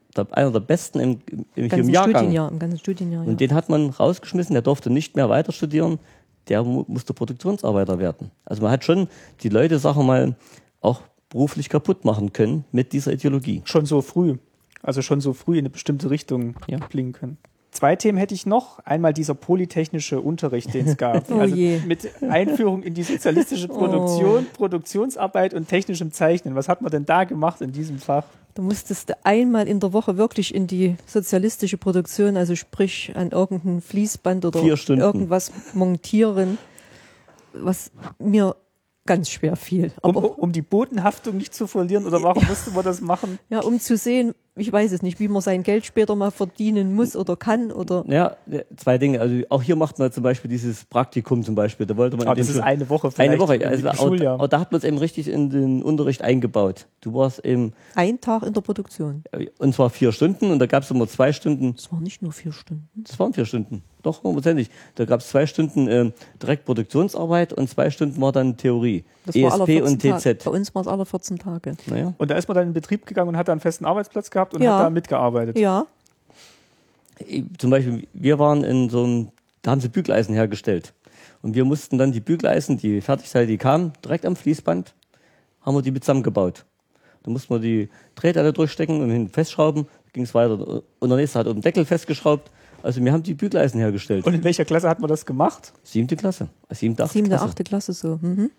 der, einer der besten im, im, im, Ganzen im Jahrgang. Studienjahr, im ganzen Studienjahr, ja. Und den hat man rausgeschmissen, der durfte nicht mehr weiter studieren, der mu musste Produktionsarbeiter werden. Also man hat schon die Leute, sagen wir mal, auch beruflich kaputt machen können mit dieser Ideologie. Schon so früh. Also schon so früh in eine bestimmte Richtung Ja. blinken können. Zwei Themen hätte ich noch. Einmal dieser polytechnische Unterricht, den es gab. Oh also je. mit Einführung in die sozialistische Produktion, Produktionsarbeit und technischem Zeichnen. Was hat man denn da gemacht in diesem Fach? Da musstest du einmal in der Woche wirklich in die sozialistische Produktion, also sprich an irgendein Fließband oder Vier Stunden. irgendwas montieren, was mir ganz schwer fiel. Um, Aber um die Bodenhaftung nicht zu verlieren oder warum musste man das machen? ja, um zu sehen, ich weiß es nicht, wie man sein Geld später mal verdienen muss oder kann oder Ja, zwei Dinge. Also auch hier macht man zum Beispiel dieses Praktikum zum Beispiel. Da wollte man Aber in das dem ist Schul- eine Woche vielleicht. eine Woche. im Also auch, Schuljahr. auch da hat man es eben richtig in den Unterricht eingebaut. Du warst eben, ein Tag in der Produktion. und zwar vier Stunden und da gab es immer zwei Stunden. Das waren nicht nur vier Stunden. Das waren vier Stunden. Doch, hundertprozentig. Da gab es zwei Stunden ähm, direkt Produktionsarbeit und zwei Stunden war dann Theorie. Das war alle E S P vierzehn und T Tage. Z. Bei uns war es alle vierzehn Tage. Naja. Und da ist man dann in den Betrieb gegangen und hat da einen festen Arbeitsplatz gehabt und Ja. hat da mitgearbeitet. Ja, Zum Beispiel, wir waren in so einem, da haben sie Bügeleisen hergestellt. Und wir mussten dann die Bügeleisen, die Fertigteile, die kamen, direkt am Fließband, haben wir die mit zusammengebaut. Da mussten wir die Drehteile durchstecken und hinten festschrauben, ging es weiter. Und der nächste hat oben den Deckel festgeschraubt. Also wir haben die Bügeleisen hergestellt. Und in welcher Klasse hat man das gemacht? Siebte Klasse. Siebte, achte siebte, Klasse. achte Klasse so. Mhm.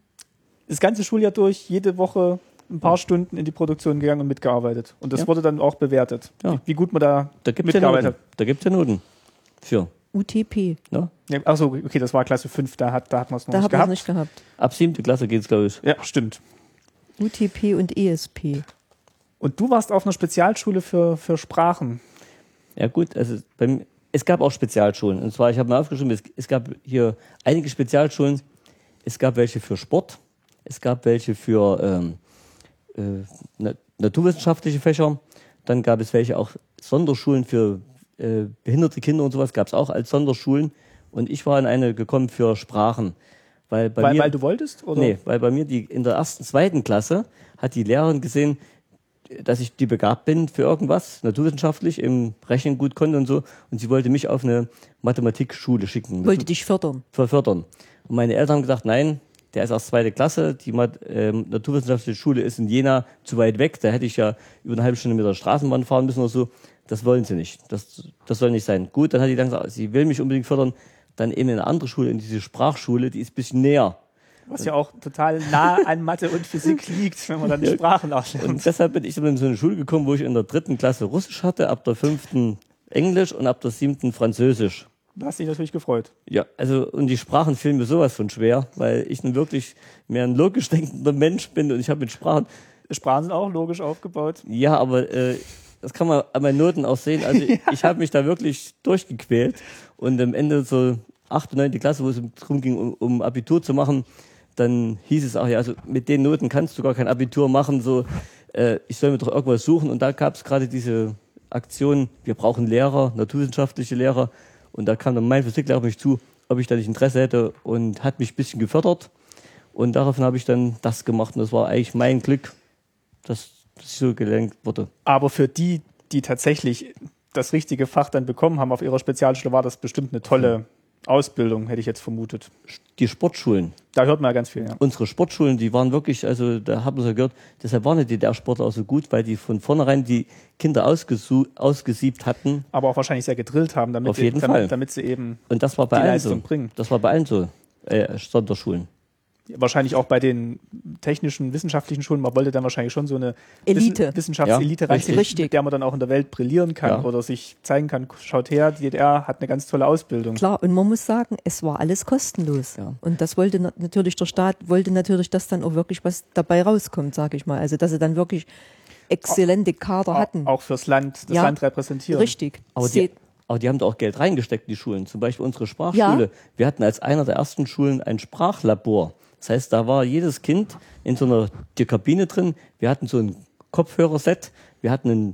Das ganze Schuljahr durch, jede Woche ein paar Stunden in die Produktion gegangen und mitgearbeitet. Und das Ja. wurde dann auch bewertet, Ja. wie, wie gut man da, Da gibt es ja mitgearbeitet Noten. Da gibt's ja Noten für. U T P, Ne? hat. Ja, achso, okay, das war Klasse fünf, da hat, da hat man es noch da nicht haben wir es gehabt. nicht gehabt. Ab siebte Klasse geht's, glaube ich. Ja, stimmt. U T P und E S P. Und du warst auf einer Spezialschule für, für Sprachen. Ja gut, also beim, es gab auch Spezialschulen. Und zwar, ich habe mal aufgeschrieben, es, es gab hier einige Spezialschulen. Es gab welche für Sport, es gab welche für ähm, äh, na, naturwissenschaftliche Fächer. Dann gab es welche auch Sonderschulen für äh, behinderte Kinder und sowas, gab es auch als Sonderschulen. Und ich war in eine gekommen für Sprachen. Weil, bei Weil, mir, weil du wolltest? Oder? Nee, weil bei mir die, in der ersten, zweiten Klasse hat die Lehrerin gesehen, dass ich die begabt bin für irgendwas, naturwissenschaftlich, im Rechnen gut konnte und so. Und sie wollte mich auf eine Mathematikschule schicken. Wollte dich fördern. Fördern. Und meine Eltern haben gesagt, nein, der ist erst zweite Klasse, die Mat ähm, naturwissenschaftliche Schule ist in Jena zu weit weg, da hätte ich ja über eine halbe Stunde mit der Straßenbahn fahren müssen oder so. Das wollen sie nicht. Das, das soll nicht sein. Gut, dann hat die dann gesagt, sie will mich unbedingt fördern, dann eben in eine andere Schule, in diese Sprachschule, die ist ein bisschen näher. Was ja auch total nah an Mathe und Physik liegt, wenn man dann die Sprachen auch lernt. Und deshalb bin ich dann in so eine Schule gekommen, wo ich in der dritten Klasse Russisch hatte, ab der fünften Englisch und ab der siebten Französisch. Da hast dich natürlich gefreut. Ja, also und die Sprachen fielen mir sowas von schwer, weil ich nun wirklich mehr ein logisch denkender Mensch bin und ich habe mit Sprachen, Sprachen sind auch logisch aufgebaut. ja, aber äh, das kann man an meinen Noten auch sehen. Also ja. ich habe mich da wirklich durchgequält und am Ende so achte, neunte Klasse, wo es darum ging, um, um Abitur zu machen, dann hieß es auch, ja, also mit den Noten kannst du gar kein Abitur machen, so, äh, ich soll mir doch irgendwas suchen. Und da gab es gerade diese Aktion, wir brauchen Lehrer, naturwissenschaftliche Lehrer. Und da kam dann mein Physiklehrer auf mich zu, ob ich da nicht Interesse hätte und hat mich ein bisschen gefördert. Und daraufhin habe ich dann das gemacht. Und das war eigentlich mein Glück, dass das so gelenkt wurde. Aber für die, die tatsächlich das richtige Fach dann bekommen haben auf ihrer Spezialschule, war das bestimmt eine tolle Ausbildung, hätte ich jetzt vermutet. Die Sportschulen. Da hört man ja ganz viel, ja. Unsere Sportschulen, die waren wirklich, also da haben wir so gehört, deshalb waren die D D R-Sportler auch so gut, weil die von vornherein die Kinder ausgesiebt hatten. Aber auch wahrscheinlich sehr gedrillt haben, damit, Auf jeden sie, damit, Fall. damit sie eben Und das war bei die allen Leistung so. bringen. Das war bei allen so, äh, Sonderschulen. Wahrscheinlich auch bei den technischen, wissenschaftlichen Schulen. Man wollte dann wahrscheinlich schon so eine Elite. Wissen, Wissenschaftselite Ja, reinziehen, richtig. mit der man dann auch in der Welt brillieren kann Ja. oder sich zeigen kann, schaut her, die D D R hat eine ganz tolle Ausbildung. Klar, und man muss sagen, es war alles kostenlos. Ja. Und das wollte na- natürlich, der Staat wollte natürlich, dass dann auch wirklich was dabei rauskommt, sage ich mal. Also, dass sie dann wirklich exzellente Kader hatten. Auch fürs Land, das Ja. Land repräsentieren. Richtig. Aber die, Seht- aber die haben da auch Geld reingesteckt, die Schulen. Zum Beispiel unsere Sprachschule. Ja. Wir hatten als einer der ersten Schulen ein Sprachlabor. Das heißt, da war jedes Kind in so einer die Kabine drin. Wir hatten so ein Kopfhörerset. Wir hatten ein,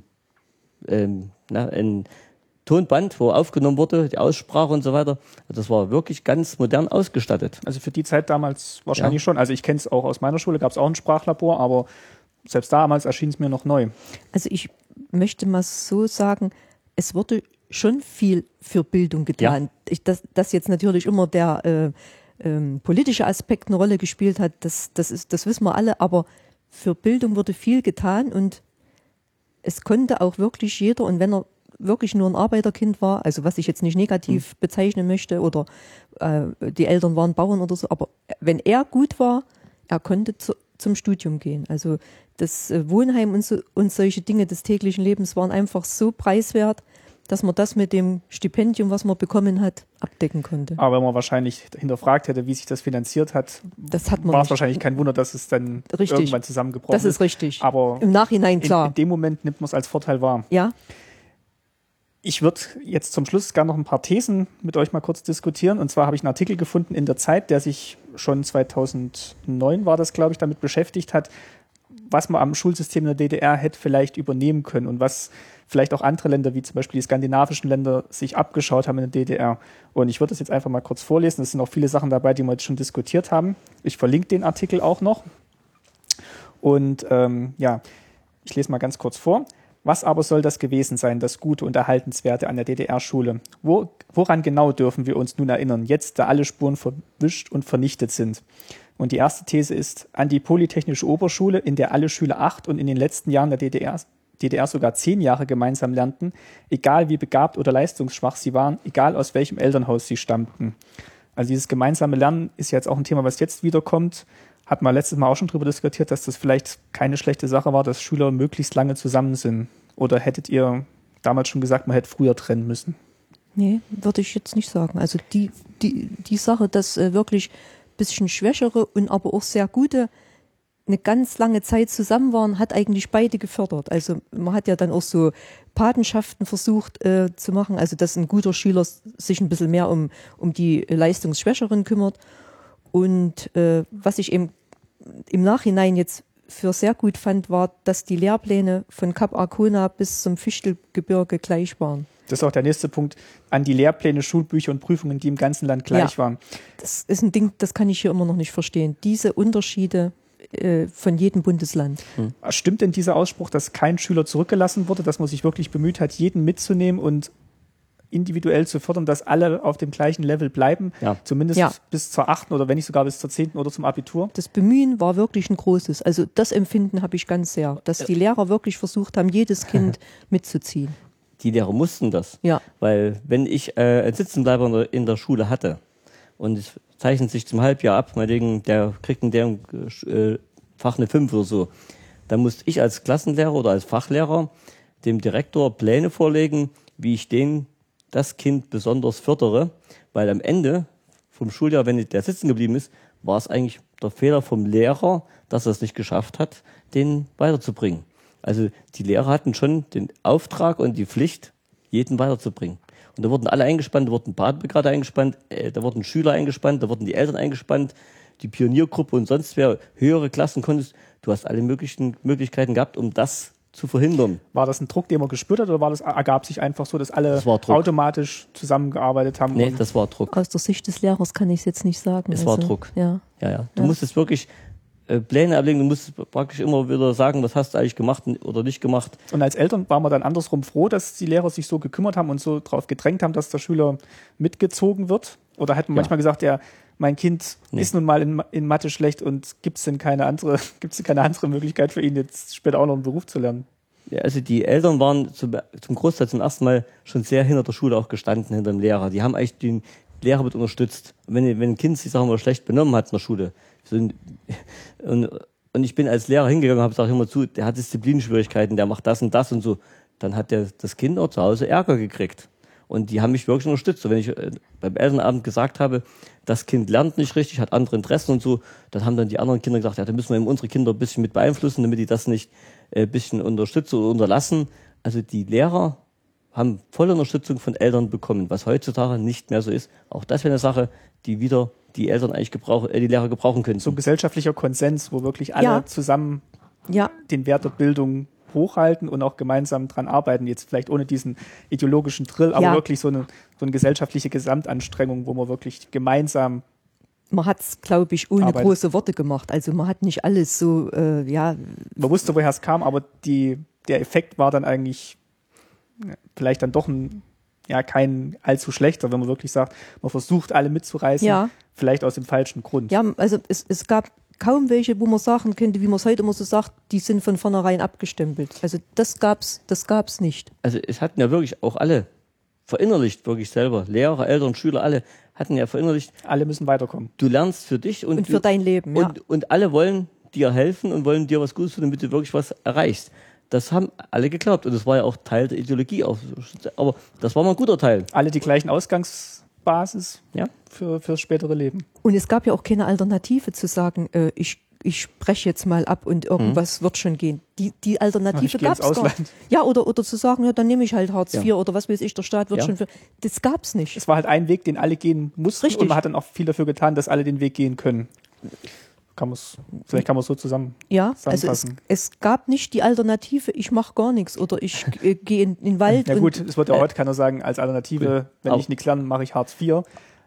ähm, na, ein Tonband, wo aufgenommen wurde, die Aussprache und so weiter. Das war wirklich ganz modern ausgestattet. Also für die Zeit damals wahrscheinlich Ja. schon. Also ich kenne es auch aus meiner Schule, gab es auch ein Sprachlabor, aber selbst damals erschien es mir noch neu. Also ich möchte mal so sagen, es wurde schon viel für Bildung getan. Ja. Ich, dass, dass jetzt natürlich immer der äh, ähm, politische Aspekt eine Rolle gespielt hat, das, das, ist, das wissen wir alle, aber für Bildung wurde viel getan und es konnte auch wirklich jeder, und wenn er wirklich nur ein Arbeiterkind war, also was ich jetzt nicht negativ mhm. bezeichnen möchte oder äh, die Eltern waren Bauern oder so, aber wenn er gut war, er konnte zu, zum Studium gehen. Also das äh, Wohnheim und, so, und solche Dinge des täglichen Lebens waren einfach so preiswert, dass man das mit dem Stipendium, was man bekommen hat, abdecken konnte. Aber wenn man wahrscheinlich hinterfragt hätte, wie sich das finanziert hat, das hat man war es nicht. wahrscheinlich kein Wunder, dass es dann richtig. irgendwann zusammengebrochen ist. Das ist richtig. Aber im Nachhinein klar. In, in dem Moment nimmt man es als Vorteil wahr. Ja. Ich würde jetzt zum Schluss gerne noch ein paar Thesen mit euch mal kurz diskutieren. Und zwar habe ich einen Artikel gefunden in der Zeit, der sich schon zweitausendneun war das, glaube ich, damit beschäftigt hat, was man am Schulsystem in der D D R hätte vielleicht übernehmen können und was vielleicht auch andere Länder, wie zum Beispiel die skandinavischen Länder, sich abgeschaut haben in der D D R. Und ich würde das jetzt einfach mal kurz vorlesen. Es sind auch viele Sachen dabei, die wir jetzt schon diskutiert haben. Ich verlinke den Artikel auch noch. Und ähm, ja, ich lese mal ganz kurz vor. Was aber soll das gewesen sein, das Gute und Erhaltenswerte an der D D R-Schule? Wo, woran genau dürfen wir uns nun erinnern, jetzt da alle Spuren verwischt und vernichtet sind? Und die erste These ist, an die Polytechnische Oberschule, in der alle Schüler acht und in den letzten Jahren der D D R, D D R sogar zehn Jahre gemeinsam lernten, egal wie begabt oder leistungsschwach sie waren, egal aus welchem Elternhaus sie stammten. Also dieses gemeinsame Lernen ist jetzt auch ein Thema, was jetzt wiederkommt. Hat man letztes Mal auch schon darüber diskutiert, dass das vielleicht keine schlechte Sache war, dass Schüler möglichst lange zusammen sind. Oder hättet ihr damals schon gesagt, man hätte früher trennen müssen? Nee, würde ich jetzt nicht sagen. Also die, die, die Sache, dass äh, wirklich ein bisschen schwächere und aber auch sehr gute eine ganz lange Zeit zusammen waren, hat eigentlich beide gefördert. Also man hat ja dann auch so Patenschaften versucht äh, zu machen, also dass ein guter Schüler sich ein bisschen mehr um, um die Leistungsschwächeren kümmert. Und äh, was ich eben im Nachhinein jetzt für sehr gut fand, war, dass die Lehrpläne von Kap Arkona bis zum Fichtelgebirge gleich waren. Das ist auch der nächste Punkt, an die Lehrpläne, Schulbücher und Prüfungen, die im ganzen Land gleich ja, waren. Das ist ein Ding, das kann ich hier immer noch nicht verstehen. Diese Unterschiede äh, von jedem Bundesland. Hm. Stimmt denn dieser Ausspruch, dass kein Schüler zurückgelassen wurde, dass man sich wirklich bemüht hat, jeden mitzunehmen und individuell zu fördern, dass alle auf dem gleichen Level bleiben, ja. zumindest ja. bis zur achten oder wenn nicht sogar bis zur zehnten oder zum Abitur? Das Bemühen war wirklich ein großes. Also das Empfinden habe ich ganz sehr, dass die Lehrer wirklich versucht haben, jedes Kind mitzuziehen. Die Lehrer mussten das, ja. weil wenn ich äh, einen Sitzenbleiber in der, in der Schule hatte und es zeichnet sich zum Halbjahr ab, meinetwegen, der kriegt in dem äh, Fach eine fünf oder so, dann musste ich als Klassenlehrer oder als Fachlehrer dem Direktor Pläne vorlegen, wie ich den das Kind besonders fördere, weil am Ende vom Schuljahr, wenn der sitzen geblieben ist, war es eigentlich der Fehler vom Lehrer, dass er es nicht geschafft hat, den weiterzubringen. Also die Lehrer hatten schon den Auftrag und die Pflicht, jeden weiterzubringen. Und da wurden alle eingespannt, da wurden Patenbegleiter eingespannt, äh, da wurden Schüler eingespannt, da wurden die Eltern eingespannt, die Pioniergruppe und sonst wer, höhere Klassen konntest. Du hast alle möglichen Möglichkeiten gehabt, um das zu verhindern. War das ein Druck, den man gespürt hat, oder war das, ergab sich einfach so, dass alle das automatisch zusammengearbeitet haben? Nee, das war Druck. Aus der Sicht des Lehrers kann ich es jetzt nicht sagen. Es also, war Druck. Ja, ja, ja. Du ja. musstest wirklich äh, Pläne ablegen, du musstest praktisch immer wieder sagen, was hast du eigentlich gemacht oder nicht gemacht. Und als Eltern waren wir dann andersrum froh, dass die Lehrer sich so gekümmert haben und so darauf gedrängt haben, dass der Schüler mitgezogen wird? Oder hätten wir Ja. manchmal gesagt, ja, mein Kind Nee. ist nun mal in, in Mathe schlecht und gibt es denn keine andere, gibt's denn keine andere Möglichkeit für ihn, jetzt später auch noch einen Beruf zu lernen? Ja, also die Eltern waren zum, zum Großteil zum ersten Mal schon sehr hinter der Schule auch gestanden, hinter dem Lehrer. Die haben eigentlich den Lehrer mit unterstützt. Und wenn, wenn ein Kind sich, sagen wir, schlecht benommen hat in der Schule, so ein, und, und ich bin als Lehrer hingegangen und habe gesagt immer zu, der hat Disziplinschwierigkeiten, der macht das und das und so, dann hat der, das Kind auch zu Hause Ärger gekriegt. Und die haben mich wirklich unterstützt. Und wenn ich äh, beim Elternabend gesagt habe, das Kind lernt nicht richtig, hat andere Interessen und so, dann haben dann die anderen Kinder gesagt, ja, da müssen wir eben unsere Kinder ein bisschen mit beeinflussen, damit die das nicht ein äh, bisschen unterstützen oder unterlassen. Also die Lehrer haben volle Unterstützung von Eltern bekommen, was heutzutage nicht mehr so ist. Auch das wäre eine Sache, die wieder die Eltern eigentlich gebrauchen, äh, die Lehrer gebrauchen können. So ein gesellschaftlicher Konsens, wo wirklich alle Ja. zusammen ja. den Wert der Bildung hochhalten und auch gemeinsam dran arbeiten, jetzt vielleicht ohne diesen ideologischen Drill, aber Ja. wirklich so eine, so eine gesellschaftliche Gesamtanstrengung, wo man wirklich gemeinsam man hat es, glaube ich, ohne Arbeit. große Worte gemacht. Also man hat nicht alles so, äh, ja. Man wusste, woher es kam, aber die, der Effekt war dann eigentlich ja, vielleicht dann doch ein, ja, kein allzu schlechter, wenn man wirklich sagt, man versucht, alle mitzureißen, Ja. vielleicht aus dem falschen Grund. Ja, also es, es gab kaum welche, wo man sagen könnte, wie man es heute immer so sagt, die sind von vornherein abgestempelt. Also das gab's, das gab's nicht. Also es hatten ja wirklich auch alle verinnerlicht, wirklich selber. Lehrer, Eltern, Schüler, alle hatten ja verinnerlicht, Alle müssen weiterkommen. du lernst für dich und, Und für du, dein Leben, ja. und, und alle wollen dir helfen und wollen dir was Gutes tun, damit du wirklich was erreichst. Das haben alle geglaubt und das war ja auch Teil der Ideologie. Auch. Aber das war mal ein guter Teil. Alle die gleichen Ausgangsbasis Ja. für fürs spätere Leben. Und es gab ja auch keine Alternative zu sagen, äh, ich, ich spreche jetzt mal ab und irgendwas wird schon gehen. Die, die Alternative Ich gehe gab ins es gar Ausland. nicht. Ja, oder, oder zu sagen, ja, dann nehme ich halt Hartz Ja. vier oder was weiß ich, der Staat wird Ja. schon für. Das gab's nicht. Es war halt ein Weg, den alle gehen mussten Richtig. und man hat dann auch viel dafür getan, dass alle den Weg gehen können. Kann man's, vielleicht kann man es so zusammen Ja, also es, zusammenfassen. es gab nicht die Alternative, ich mache gar nichts oder ich äh, gehe in, in den Wald. Ja gut, und es wird ja heute keiner sagen, als Alternative, wenn Aber- ich nichts lerne, mache ich Hartz vier.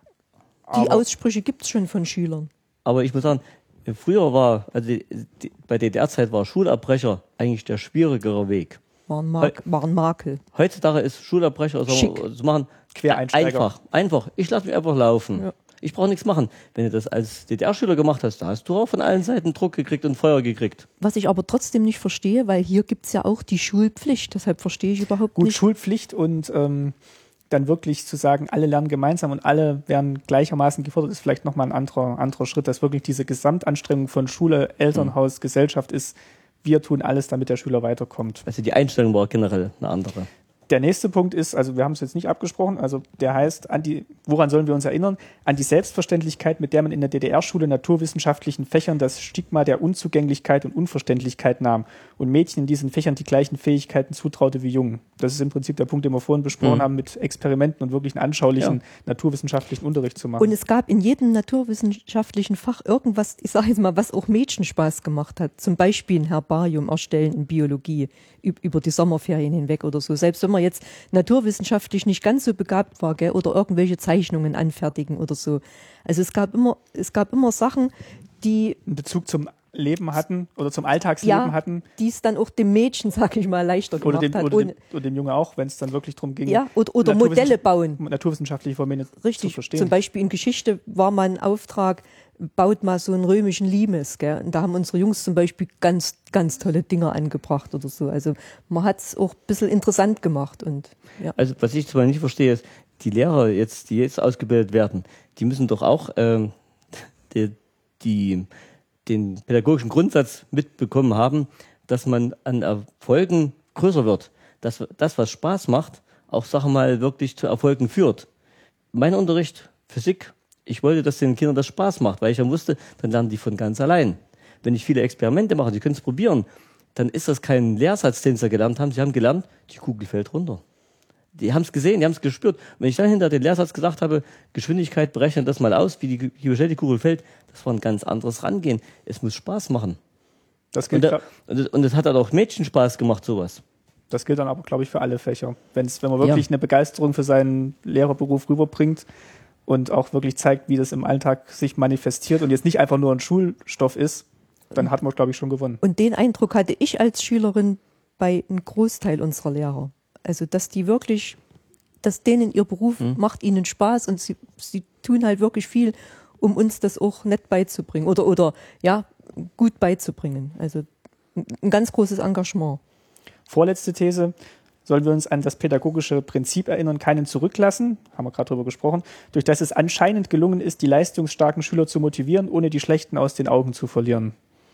die Aber Aussprüche gibt's schon von Schülern. Aber ich muss sagen, früher war, also die, die, bei D D R-Zeit war Schulabbrecher eigentlich der schwierigere Weg. War ein, Mark, war ein Makel. Heutzutage ist Schulabbrecher also Schick. zu machen Quereinsteiger. einfach, einfach. Ich lasse mich einfach laufen. Ja. Ich brauche nichts machen. Wenn du das als D D R-Schüler gemacht hast, da hast du auch von allen Seiten Druck gekriegt und Feuer gekriegt. Was ich aber trotzdem nicht verstehe, weil hier gibt's ja auch die Schulpflicht, deshalb verstehe ich überhaupt gut, nicht. Schulpflicht und ähm, dann wirklich zu sagen, alle lernen gemeinsam und alle werden gleichermaßen gefordert, ist vielleicht nochmal ein anderer, anderer Schritt, dass wirklich diese Gesamtanstrengung von Schule, Elternhaus, Gesellschaft ist, wir tun alles, damit der Schüler weiterkommt. Also die Einstellung war generell eine andere. Der nächste Punkt ist, also wir haben es jetzt nicht abgesprochen, also der heißt, an die, woran sollen wir uns erinnern? An die Selbstverständlichkeit, mit der man in der D D R-Schule naturwissenschaftlichen Fächern das Stigma der Unzugänglichkeit und Unverständlichkeit nahm und Mädchen in diesen Fächern die gleichen Fähigkeiten zutraute wie Jungen. Das ist im Prinzip der Punkt, den wir vorhin besprochen Mhm. haben, mit Experimenten und wirklich einen anschaulichen Ja. naturwissenschaftlichen Unterricht zu machen. Und es gab in jedem naturwissenschaftlichen Fach irgendwas, ich sage jetzt mal, was auch Mädchen Spaß gemacht hat. Zum Beispiel ein Herbarium erstellen in Biologie üb- über die Sommerferien hinweg oder so. Selbst wenn man jetzt naturwissenschaftlich nicht ganz so begabt war, gell, oder irgendwelche Zeichnungen anfertigen oder so. Also es gab immer, es gab immer Sachen, die einen Bezug zum Leben hatten oder zum Alltagsleben ja, hatten die es dann auch dem Mädchen, sag ich mal, leichter oder gemacht dem, hat. oder, ohne, dem, oder dem Junge auch, wenn es dann wirklich darum ging, ja, oder, oder Naturwissenschaft- Modelle bauen. naturwissenschaftliche Phänomene zu Richtig. verstehen. Zum Beispiel in Geschichte war mal ein Auftrag, baut mal so einen römischen Limes. Gell? Und da haben unsere Jungs zum Beispiel ganz, ganz tolle Dinger angebracht oder so. Also man hat es auch ein bisschen interessant gemacht. Und, ja. Also was ich zum Beispiel nicht verstehe, ist, die Lehrer jetzt, die jetzt ausgebildet werden, die müssen doch auch ähm, die, die, den pädagogischen Grundsatz mitbekommen haben, dass man an Erfolgen größer wird. Dass das, was Spaß macht, auch, sag mal, wirklich zu Erfolgen führt. Mein Unterricht, Physik, ich wollte, dass den Kindern das Spaß macht, weil ich dann wusste, dann lernen die von ganz allein. Wenn ich viele Experimente mache, die können es probieren, dann ist das kein Lehrsatz, den sie gelernt haben. Sie haben gelernt, die Kugel fällt runter. Die haben es gesehen, die haben es gespürt. Und wenn ich dann hinter den Lehrsatz gesagt habe, Geschwindigkeit berechnen das mal aus, wie, die, wie schnell die Kugel fällt, das war ein ganz anderes Rangehen. Es muss Spaß machen. Das Und, gilt, da, und, das, und das hat dann auch Mädchen Spaß gemacht, sowas. das gilt dann aber, glaube ich, für alle Fächer. Wenn's, wenn man wirklich Ja. eine Begeisterung für seinen Lehrerberuf rüberbringt und auch wirklich zeigt, wie das im Alltag sich manifestiert und jetzt nicht einfach nur ein Schulstoff ist, dann hat man, glaube ich, schon gewonnen. und den Eindruck hatte ich als Schülerin bei einem Großteil unserer Lehrer. Also dass die wirklich, dass denen ihr Beruf Mhm. macht ihnen Spaß und sie, sie tun halt wirklich viel, um uns das auch nett beizubringen oder, oder ja, gut beizubringen. Also ein, ein ganz großes Engagement. Vorletzte These. Sollen wir uns an das pädagogische Prinzip erinnern, keinen zurücklassen, haben wir gerade drüber gesprochen, durch das es anscheinend gelungen ist, die leistungsstarken Schüler zu motivieren, ohne die Schlechten aus den Augen zu verlieren.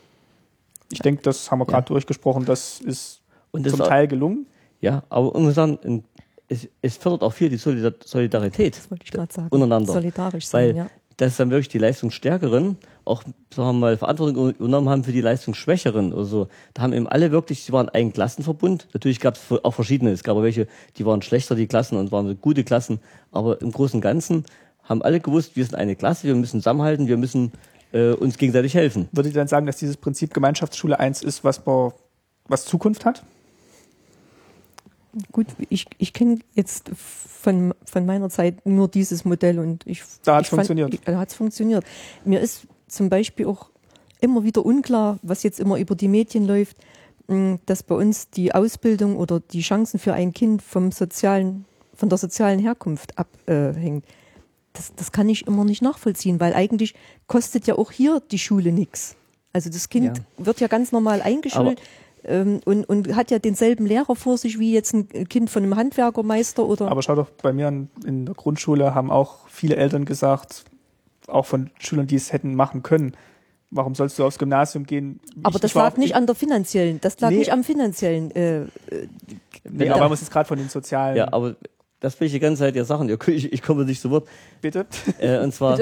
Ich denke, das haben wir gerade Ja. durchgesprochen, das ist Und das zum auch- Teil gelungen. Ja, aber ich muss sagen, es, es fördert auch viel die Solidar- Solidarität Das wollte ich gerade sagen. untereinander. Solidarisch sein, Weil ja. dass dann wirklich die Leistungsstärkeren auch, sagen wir mal, Verantwortung übernommen haben für die Leistungsschwächeren oder so. Da haben eben alle wirklich, sie waren ein Klassenverbund. Natürlich gab es auch verschiedene. Es gab auch welche, die waren schlechter, die Klassen, und waren gute Klassen. Aber im Großen und Ganzen haben alle gewusst, wir sind eine Klasse, wir müssen zusammenhalten, wir müssen äh, uns gegenseitig helfen. Würdet ihr dann sagen, dass dieses Prinzip Gemeinschaftsschule eins ist, was, man, was Zukunft hat? Gut, ich, ich kenne jetzt von, von meiner Zeit nur dieses Modell und ich. Da hat es funktioniert. Da hat es funktioniert. Mir ist zum Beispiel auch immer wieder unklar, was jetzt immer über die Medien läuft, dass bei uns die Ausbildung oder die Chancen für ein Kind vom sozialen, von der sozialen Herkunft abhängt. Das, das kann ich immer nicht nachvollziehen, weil eigentlich kostet ja auch hier die Schule nichts. Also das Kind ja. wird ja ganz normal eingeschult. Ähm, und, und hat ja denselben Lehrer vor sich wie jetzt ein Kind von einem Handwerkermeister oder. Aber schau doch, bei mir in, in der Grundschule haben auch viele Eltern gesagt, auch von Schülern, die es hätten machen können, warum sollst du aufs Gymnasium gehen? Aber ich, das ich lag nicht an der finanziellen, das lag nee, nicht am finanziellen. Äh, nee, aber man muss jetzt gerade von den sozialen. Ja, aber das will ich die ganze Zeit ja sagen. Ich, ich komme nicht zu Wort. Bitte? Äh, und zwar,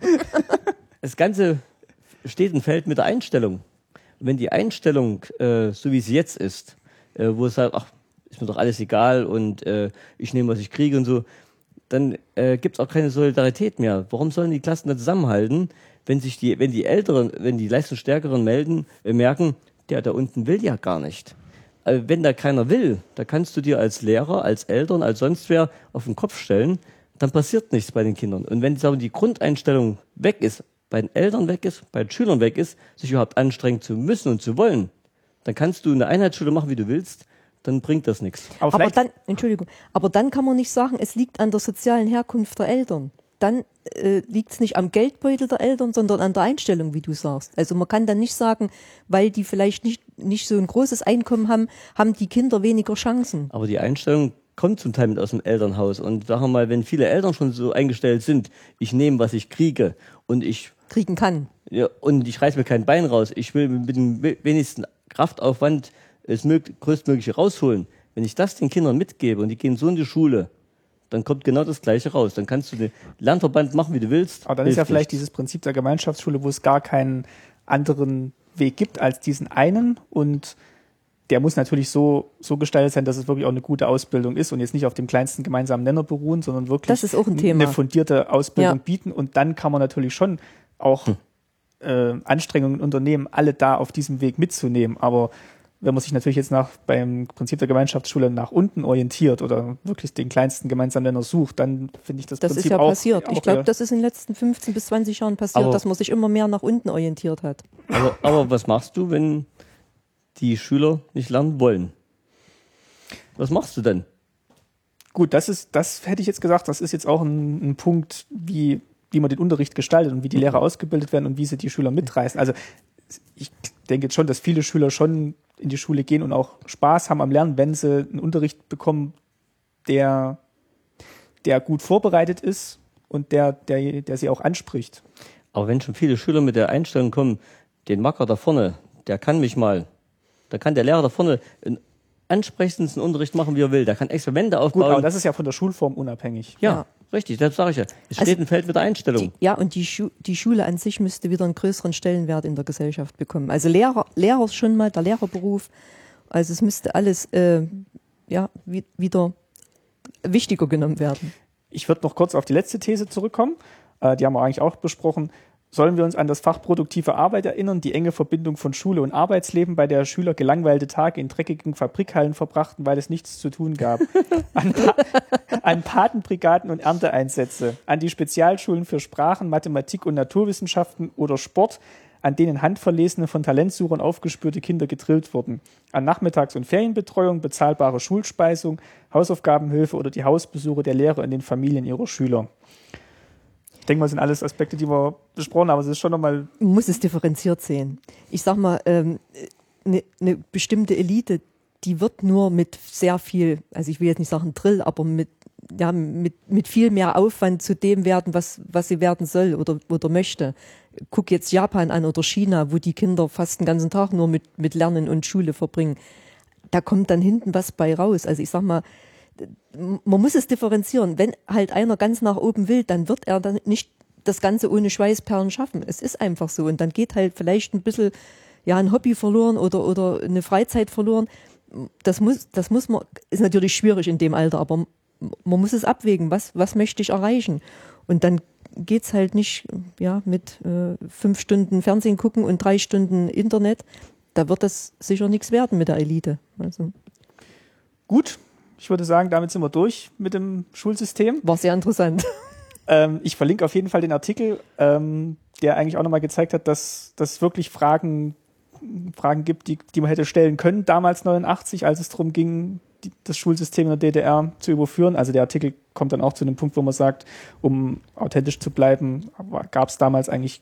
das Ganze steht und fällt mit der Einstellung. Wenn die Einstellung, äh, so wie sie jetzt ist, äh, wo es sagt, ach, ist mir doch alles egal und äh, ich nehme, was ich kriege und so, dann äh, gibt es auch keine Solidarität mehr. Warum sollen die Klassen da zusammenhalten, wenn sich die, wenn die Älteren, wenn die Leistungsstärkeren melden, äh, merken, der da unten will ja gar nicht. Äh, wenn da keiner will, da kannst du dir als Lehrer, als Eltern, als sonst wer auf den Kopf stellen, dann passiert nichts bei den Kindern. Und wenn sagen, die Grundeinstellung weg ist, bei den Eltern weg ist, bei den Schülern weg ist, sich überhaupt anstrengen zu müssen und zu wollen, dann kannst du eine Einheitsschule machen, wie du willst, dann bringt das nichts. Aber, aber dann, Entschuldigung, aber dann kann man nicht sagen, es liegt an der sozialen Herkunft der Eltern. Dann äh, liegt es nicht am Geldbeutel der Eltern, sondern an der Einstellung, wie du sagst. Also man kann dann nicht sagen, weil die vielleicht nicht, nicht so ein großes Einkommen haben, haben die Kinder weniger Chancen. Aber die Einstellung kommt zum Teil mit aus dem Elternhaus. Und sagen wir mal, wenn viele Eltern schon so eingestellt sind, ich nehme, was ich kriege und ich kriegen kann. Ja, und ich reiß mir kein Bein raus. Ich will mit dem wenigsten Kraftaufwand das größtmögliche rausholen. Wenn ich das den Kindern mitgebe und die gehen so in die Schule, dann kommt genau das Gleiche raus. Dann kannst du den Lernverband machen, wie du willst. Aber dann ist ja vielleicht nichts. Dieses Prinzip der Gemeinschaftsschule, wo es gar keinen anderen Weg gibt als diesen einen, und der muss natürlich so, so gestaltet sein, dass es wirklich auch eine gute Ausbildung ist und jetzt nicht auf dem kleinsten gemeinsamen Nenner beruhen, sondern wirklich das ist auch ein Thema. eine fundierte Ausbildung ja. bieten, und dann kann man natürlich schon auch hm. äh, Anstrengungen unternehmen, alle da auf diesem Weg mitzunehmen. Aber wenn man sich natürlich jetzt nach beim Prinzip der Gemeinschaftsschule nach unten orientiert oder wirklich den kleinsten gemeinsamen Nenner sucht, dann finde ich das, das Prinzip ist ja auch, passiert. Auch, ich glaube, das ist in den letzten fünfzehn bis zwanzig Jahren passiert, aber, dass man sich immer mehr nach unten orientiert hat. Aber, aber was machst du, wenn die Schüler nicht lernen wollen? Was machst du denn? Gut, das ist, das hätte ich jetzt gesagt, das ist jetzt auch ein, ein Punkt, wie, wie man den Unterricht gestaltet und wie die Lehrer ausgebildet werden und wie sie die Schüler mitreißen. Also ich denke jetzt schon, dass viele Schüler schon in die Schule gehen und auch Spaß haben am Lernen, wenn sie einen Unterricht bekommen, der, der gut vorbereitet ist und der, der, der sie auch anspricht. Aber wenn schon viele Schüler mit der Einstellung kommen, den Macker da vorne, der kann mich mal, da kann der Lehrer da vorne einen ansprechendsten Unterricht machen, wie er will. Der kann Experimente aufbauen. Gut, aber das ist ja von der Schulform unabhängig. Ja, ja. richtig, das sage ich ja. Es also steht und fällt mit der Einstellung. Die, ja, und die, Schu- die Schule an sich müsste wieder einen größeren Stellenwert in der Gesellschaft bekommen. Also Lehrer, Lehrer schon mal, der Lehrerberuf, also es müsste alles äh, ja, wie, wieder wichtiger genommen werden. Ich würde noch kurz auf die letzte These zurückkommen. Äh, die haben wir eigentlich auch besprochen. Sollen wir uns an das Fach produktive Arbeit erinnern, die enge Verbindung von Schule und Arbeitsleben, bei der Schüler gelangweilte Tage in dreckigen Fabrikhallen verbrachten, weil es nichts zu tun gab, an, pa- an Patenbrigaden und Ernteeinsätze, an die Spezialschulen für Sprachen, Mathematik und Naturwissenschaften oder Sport, an denen handverlesene, von Talentsuchern aufgespürte Kinder gedrillt wurden, an Nachmittags- und Ferienbetreuung, bezahlbare Schulspeisung, Hausaufgabenhilfe oder die Hausbesuche der Lehrer in den Familien ihrer Schüler. Ich denke mal, das sind alles Aspekte, die wir besprochen haben, aber es ist schon nochmal... Man muss es differenziert sehen. Ich sag mal, ähm, eine, eine bestimmte Elite, die wird nur mit sehr viel, also ich will jetzt nicht sagen Drill, aber mit, ja, mit, mit viel mehr Aufwand zu dem werden, was, was sie werden soll oder, oder möchte. Guck jetzt Japan an oder China, wo die Kinder fast den ganzen Tag nur mit, mit Lernen und Schule verbringen. Da kommt dann hinten was bei raus. Also ich sag mal, man muss es differenzieren. Wenn halt einer ganz nach oben will, dann wird er dann nicht das Ganze ohne Schweißperlen schaffen. Es ist einfach so. Und dann geht halt vielleicht ein bisschen ja, ein Hobby verloren oder, oder eine Freizeit verloren. Das muss, das muss man, ist natürlich schwierig in dem Alter, aber man muss es abwägen. Was, was möchte ich erreichen? Und dann geht's halt nicht ja, mit äh, fünf Stunden Fernsehen gucken und drei Stunden Internet. Da wird das sicher nichts werden mit der Elite. Also. Gut. ich würde sagen, damit sind wir durch mit dem Schulsystem. War sehr interessant. Ähm, ich verlinke auf jeden Fall den Artikel, ähm, der eigentlich auch nochmal gezeigt hat, dass es wirklich Fragen, Fragen gibt, die, die man hätte stellen können, damals neunundachtzig, als es darum ging, die, das Schulsystem in der D D R zu überführen. Also der Artikel kommt dann auch zu einem Punkt, wo man sagt, um authentisch zu bleiben, gab es damals eigentlich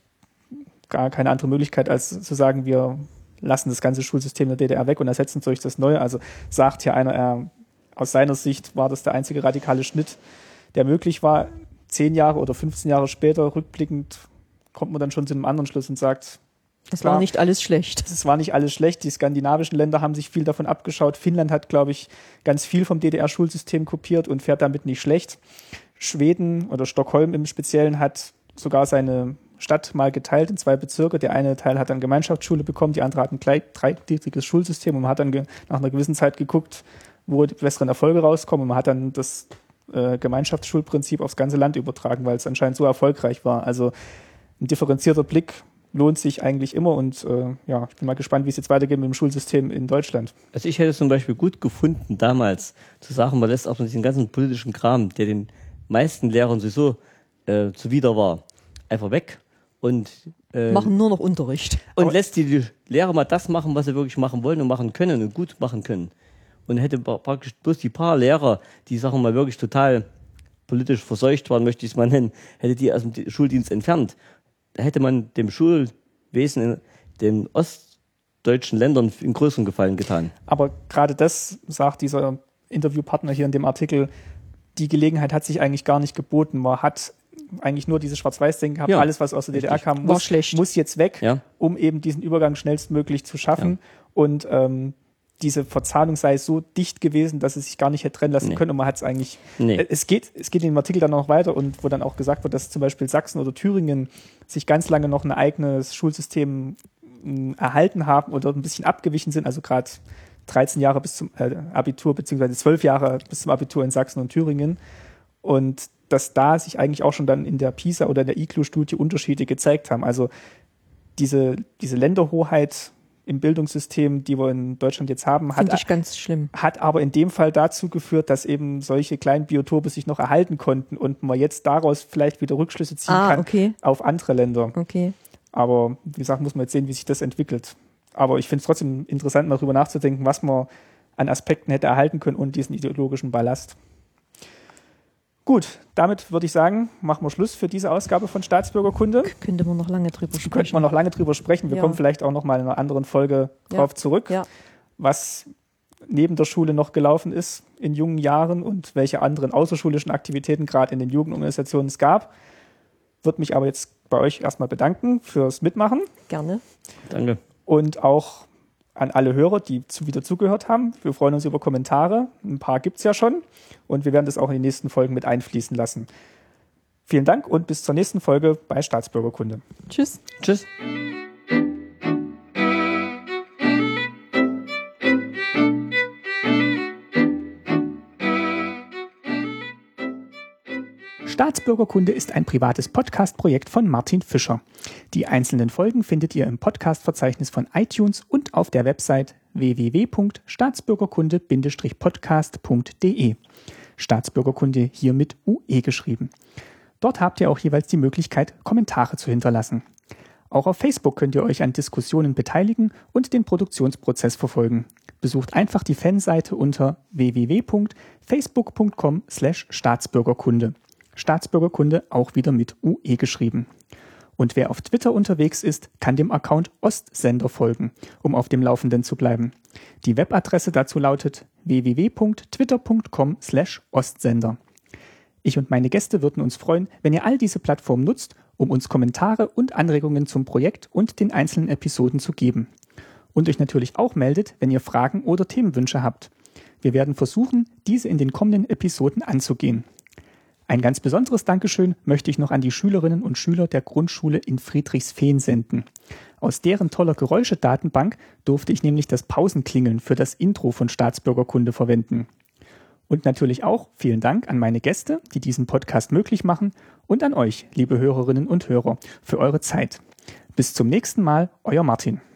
gar keine andere Möglichkeit, als zu sagen, wir lassen das ganze Schulsystem der D D R weg und ersetzen es durch das Neue. Also sagt hier einer, er, aus seiner Sicht war das der einzige radikale Schnitt, der möglich war. Zehn Jahre oder fünfzehn Jahre später, rückblickend, kommt man dann schon zu einem anderen Schluss und sagt, es klar, war nicht alles schlecht. Es war nicht alles schlecht. Die skandinavischen Länder haben sich viel davon abgeschaut. Finnland hat, glaube ich, ganz viel vom D D R-Schulsystem kopiert und fährt damit nicht schlecht. Schweden oder Stockholm im Speziellen hat sogar seine Stadt mal geteilt in zwei Bezirke. Der eine Teil hat dann Gemeinschaftsschule bekommen, die andere hat ein dreigliedriges Schulsystem und man hat dann ge- nach einer gewissen Zeit geguckt, wo die besseren Erfolge rauskommen und man hat dann das äh, Gemeinschaftsschulprinzip aufs ganze Land übertragen, weil es anscheinend so erfolgreich war. Also ein differenzierter Blick lohnt sich eigentlich immer und äh, ja, ich bin mal gespannt, wie es jetzt weitergeht mit dem Schulsystem in Deutschland. Also ich hätte es zum Beispiel gut gefunden, damals zu sagen, man lässt auch noch diesen ganzen politischen Kram, der den meisten Lehrern sowieso äh, zuwider war, einfach weg und äh, Machen nur noch Unterricht. und Aber lässt die, die Lehrer mal das machen, was sie wirklich machen wollen und machen können und gut machen können. Und hätte praktisch bloß die paar Lehrer, die sagen wir mal wirklich total politisch verseucht waren, möchte ich es mal nennen, hätte die aus dem Schuldienst entfernt. Da hätte man dem Schulwesen in den ostdeutschen Ländern einen größeren Gefallen getan. Aber gerade das sagt dieser Interviewpartner hier in dem Artikel, die Gelegenheit hat sich eigentlich gar nicht geboten. Man hat eigentlich nur diese Schwarz-Weiß-Denken gehabt, Ja, alles, was aus der D D R richtig. kam, War muss, schlecht. muss jetzt weg, Ja. um eben diesen Übergang schnellstmöglich zu schaffen. Ja. Und ähm, diese Verzahnung sei so dicht gewesen, dass es sich gar nicht hätte trennen lassen Nee. können und man hat es eigentlich, Nee. äh, es geht, es geht in dem Artikel dann noch weiter und wo dann auch gesagt wird, dass zum Beispiel Sachsen oder Thüringen sich ganz lange noch ein eigenes Schulsystem mh, erhalten haben oder ein bisschen abgewichen sind, also gerade dreizehn Jahre bis zum äh, Abitur, beziehungsweise zwölf Jahre bis zum Abitur in Sachsen und Thüringen und dass da sich eigentlich auch schon dann in der PISA oder der I G L U-Studie Unterschiede gezeigt haben. Also diese, diese Länderhoheit im Bildungssystem, die wir in Deutschland jetzt haben, Finde hat, ich ganz schlimm. hat aber in dem Fall dazu geführt, dass eben solche kleinen Biotope sich noch erhalten konnten und man jetzt daraus vielleicht wieder Rückschlüsse ziehen Ah, kann okay. auf andere Länder. Okay. Aber wie gesagt, muss man jetzt sehen, wie sich das entwickelt. Aber ich finde es trotzdem interessant, mal darüber nachzudenken, was man an Aspekten hätte erhalten können und diesen ideologischen Ballast. Gut, damit würde ich sagen, machen wir Schluss für diese Ausgabe von Staatsbürgerkunde. Könnte man noch lange drüber Könnte sprechen. man noch lange drüber sprechen. Wir Ja. kommen vielleicht auch noch mal in einer anderen Folge Ja. drauf zurück, Ja. was neben der Schule noch gelaufen ist in jungen Jahren und welche anderen außerschulischen Aktivitäten gerade in den Jugendorganisationen es gab. Würde mich aber jetzt bei euch erstmal bedanken fürs Mitmachen Gerne. Danke. und auch an alle Hörer, die zu, wieder zugehört haben. Wir freuen uns über Kommentare. Ein paar gibt es ja schon und wir werden das auch in die nächsten Folgen mit einfließen lassen. Vielen Dank und bis zur nächsten Folge bei Staatsbürgerkunde. Tschüss. Tschüss. Staatsbürgerkunde ist ein privates Podcast-Projekt von Martin Fischer. Die einzelnen Folgen findet ihr im Podcast-Verzeichnis von iTunes und auf der Website w w w punkt staatsbürgerkunde Bindestrich podcast punkt d e. Staatsbürgerkunde hier mit U E geschrieben. Dort habt ihr auch jeweils die Möglichkeit, Kommentare zu hinterlassen. Auch auf Facebook könnt ihr euch an Diskussionen beteiligen und den Produktionsprozess verfolgen. Besucht einfach die Fanseite unter w w w punkt facebook punkt com slash staatsbürgerkunde. Staatsbürgerkunde auch wieder mit U E geschrieben. Und wer auf Twitter unterwegs ist, kann dem Account Ostsender folgen, um auf dem Laufenden zu bleiben. Die Webadresse dazu lautet w w w punkt twitter punkt com slash ostsender. Ich und meine Gäste würden uns freuen, wenn ihr all diese Plattformen nutzt, um uns Kommentare und Anregungen zum Projekt und den einzelnen Episoden zu geben. Und euch natürlich auch meldet, wenn ihr Fragen oder Themenwünsche habt. Wir werden versuchen, diese in den kommenden Episoden anzugehen. Ein ganz besonderes Dankeschön möchte ich noch an die Schülerinnen und Schüler der Grundschule in Friedrichsfehn senden. Aus deren toller Geräuschedatenbank durfte ich nämlich das Pausenklingeln für das Intro von Staatsbürgerkunde verwenden. Und natürlich auch vielen Dank an meine Gäste, die diesen Podcast möglich machen, und an euch, liebe Hörerinnen und Hörer, für eure Zeit. Bis zum nächsten Mal, euer Martin.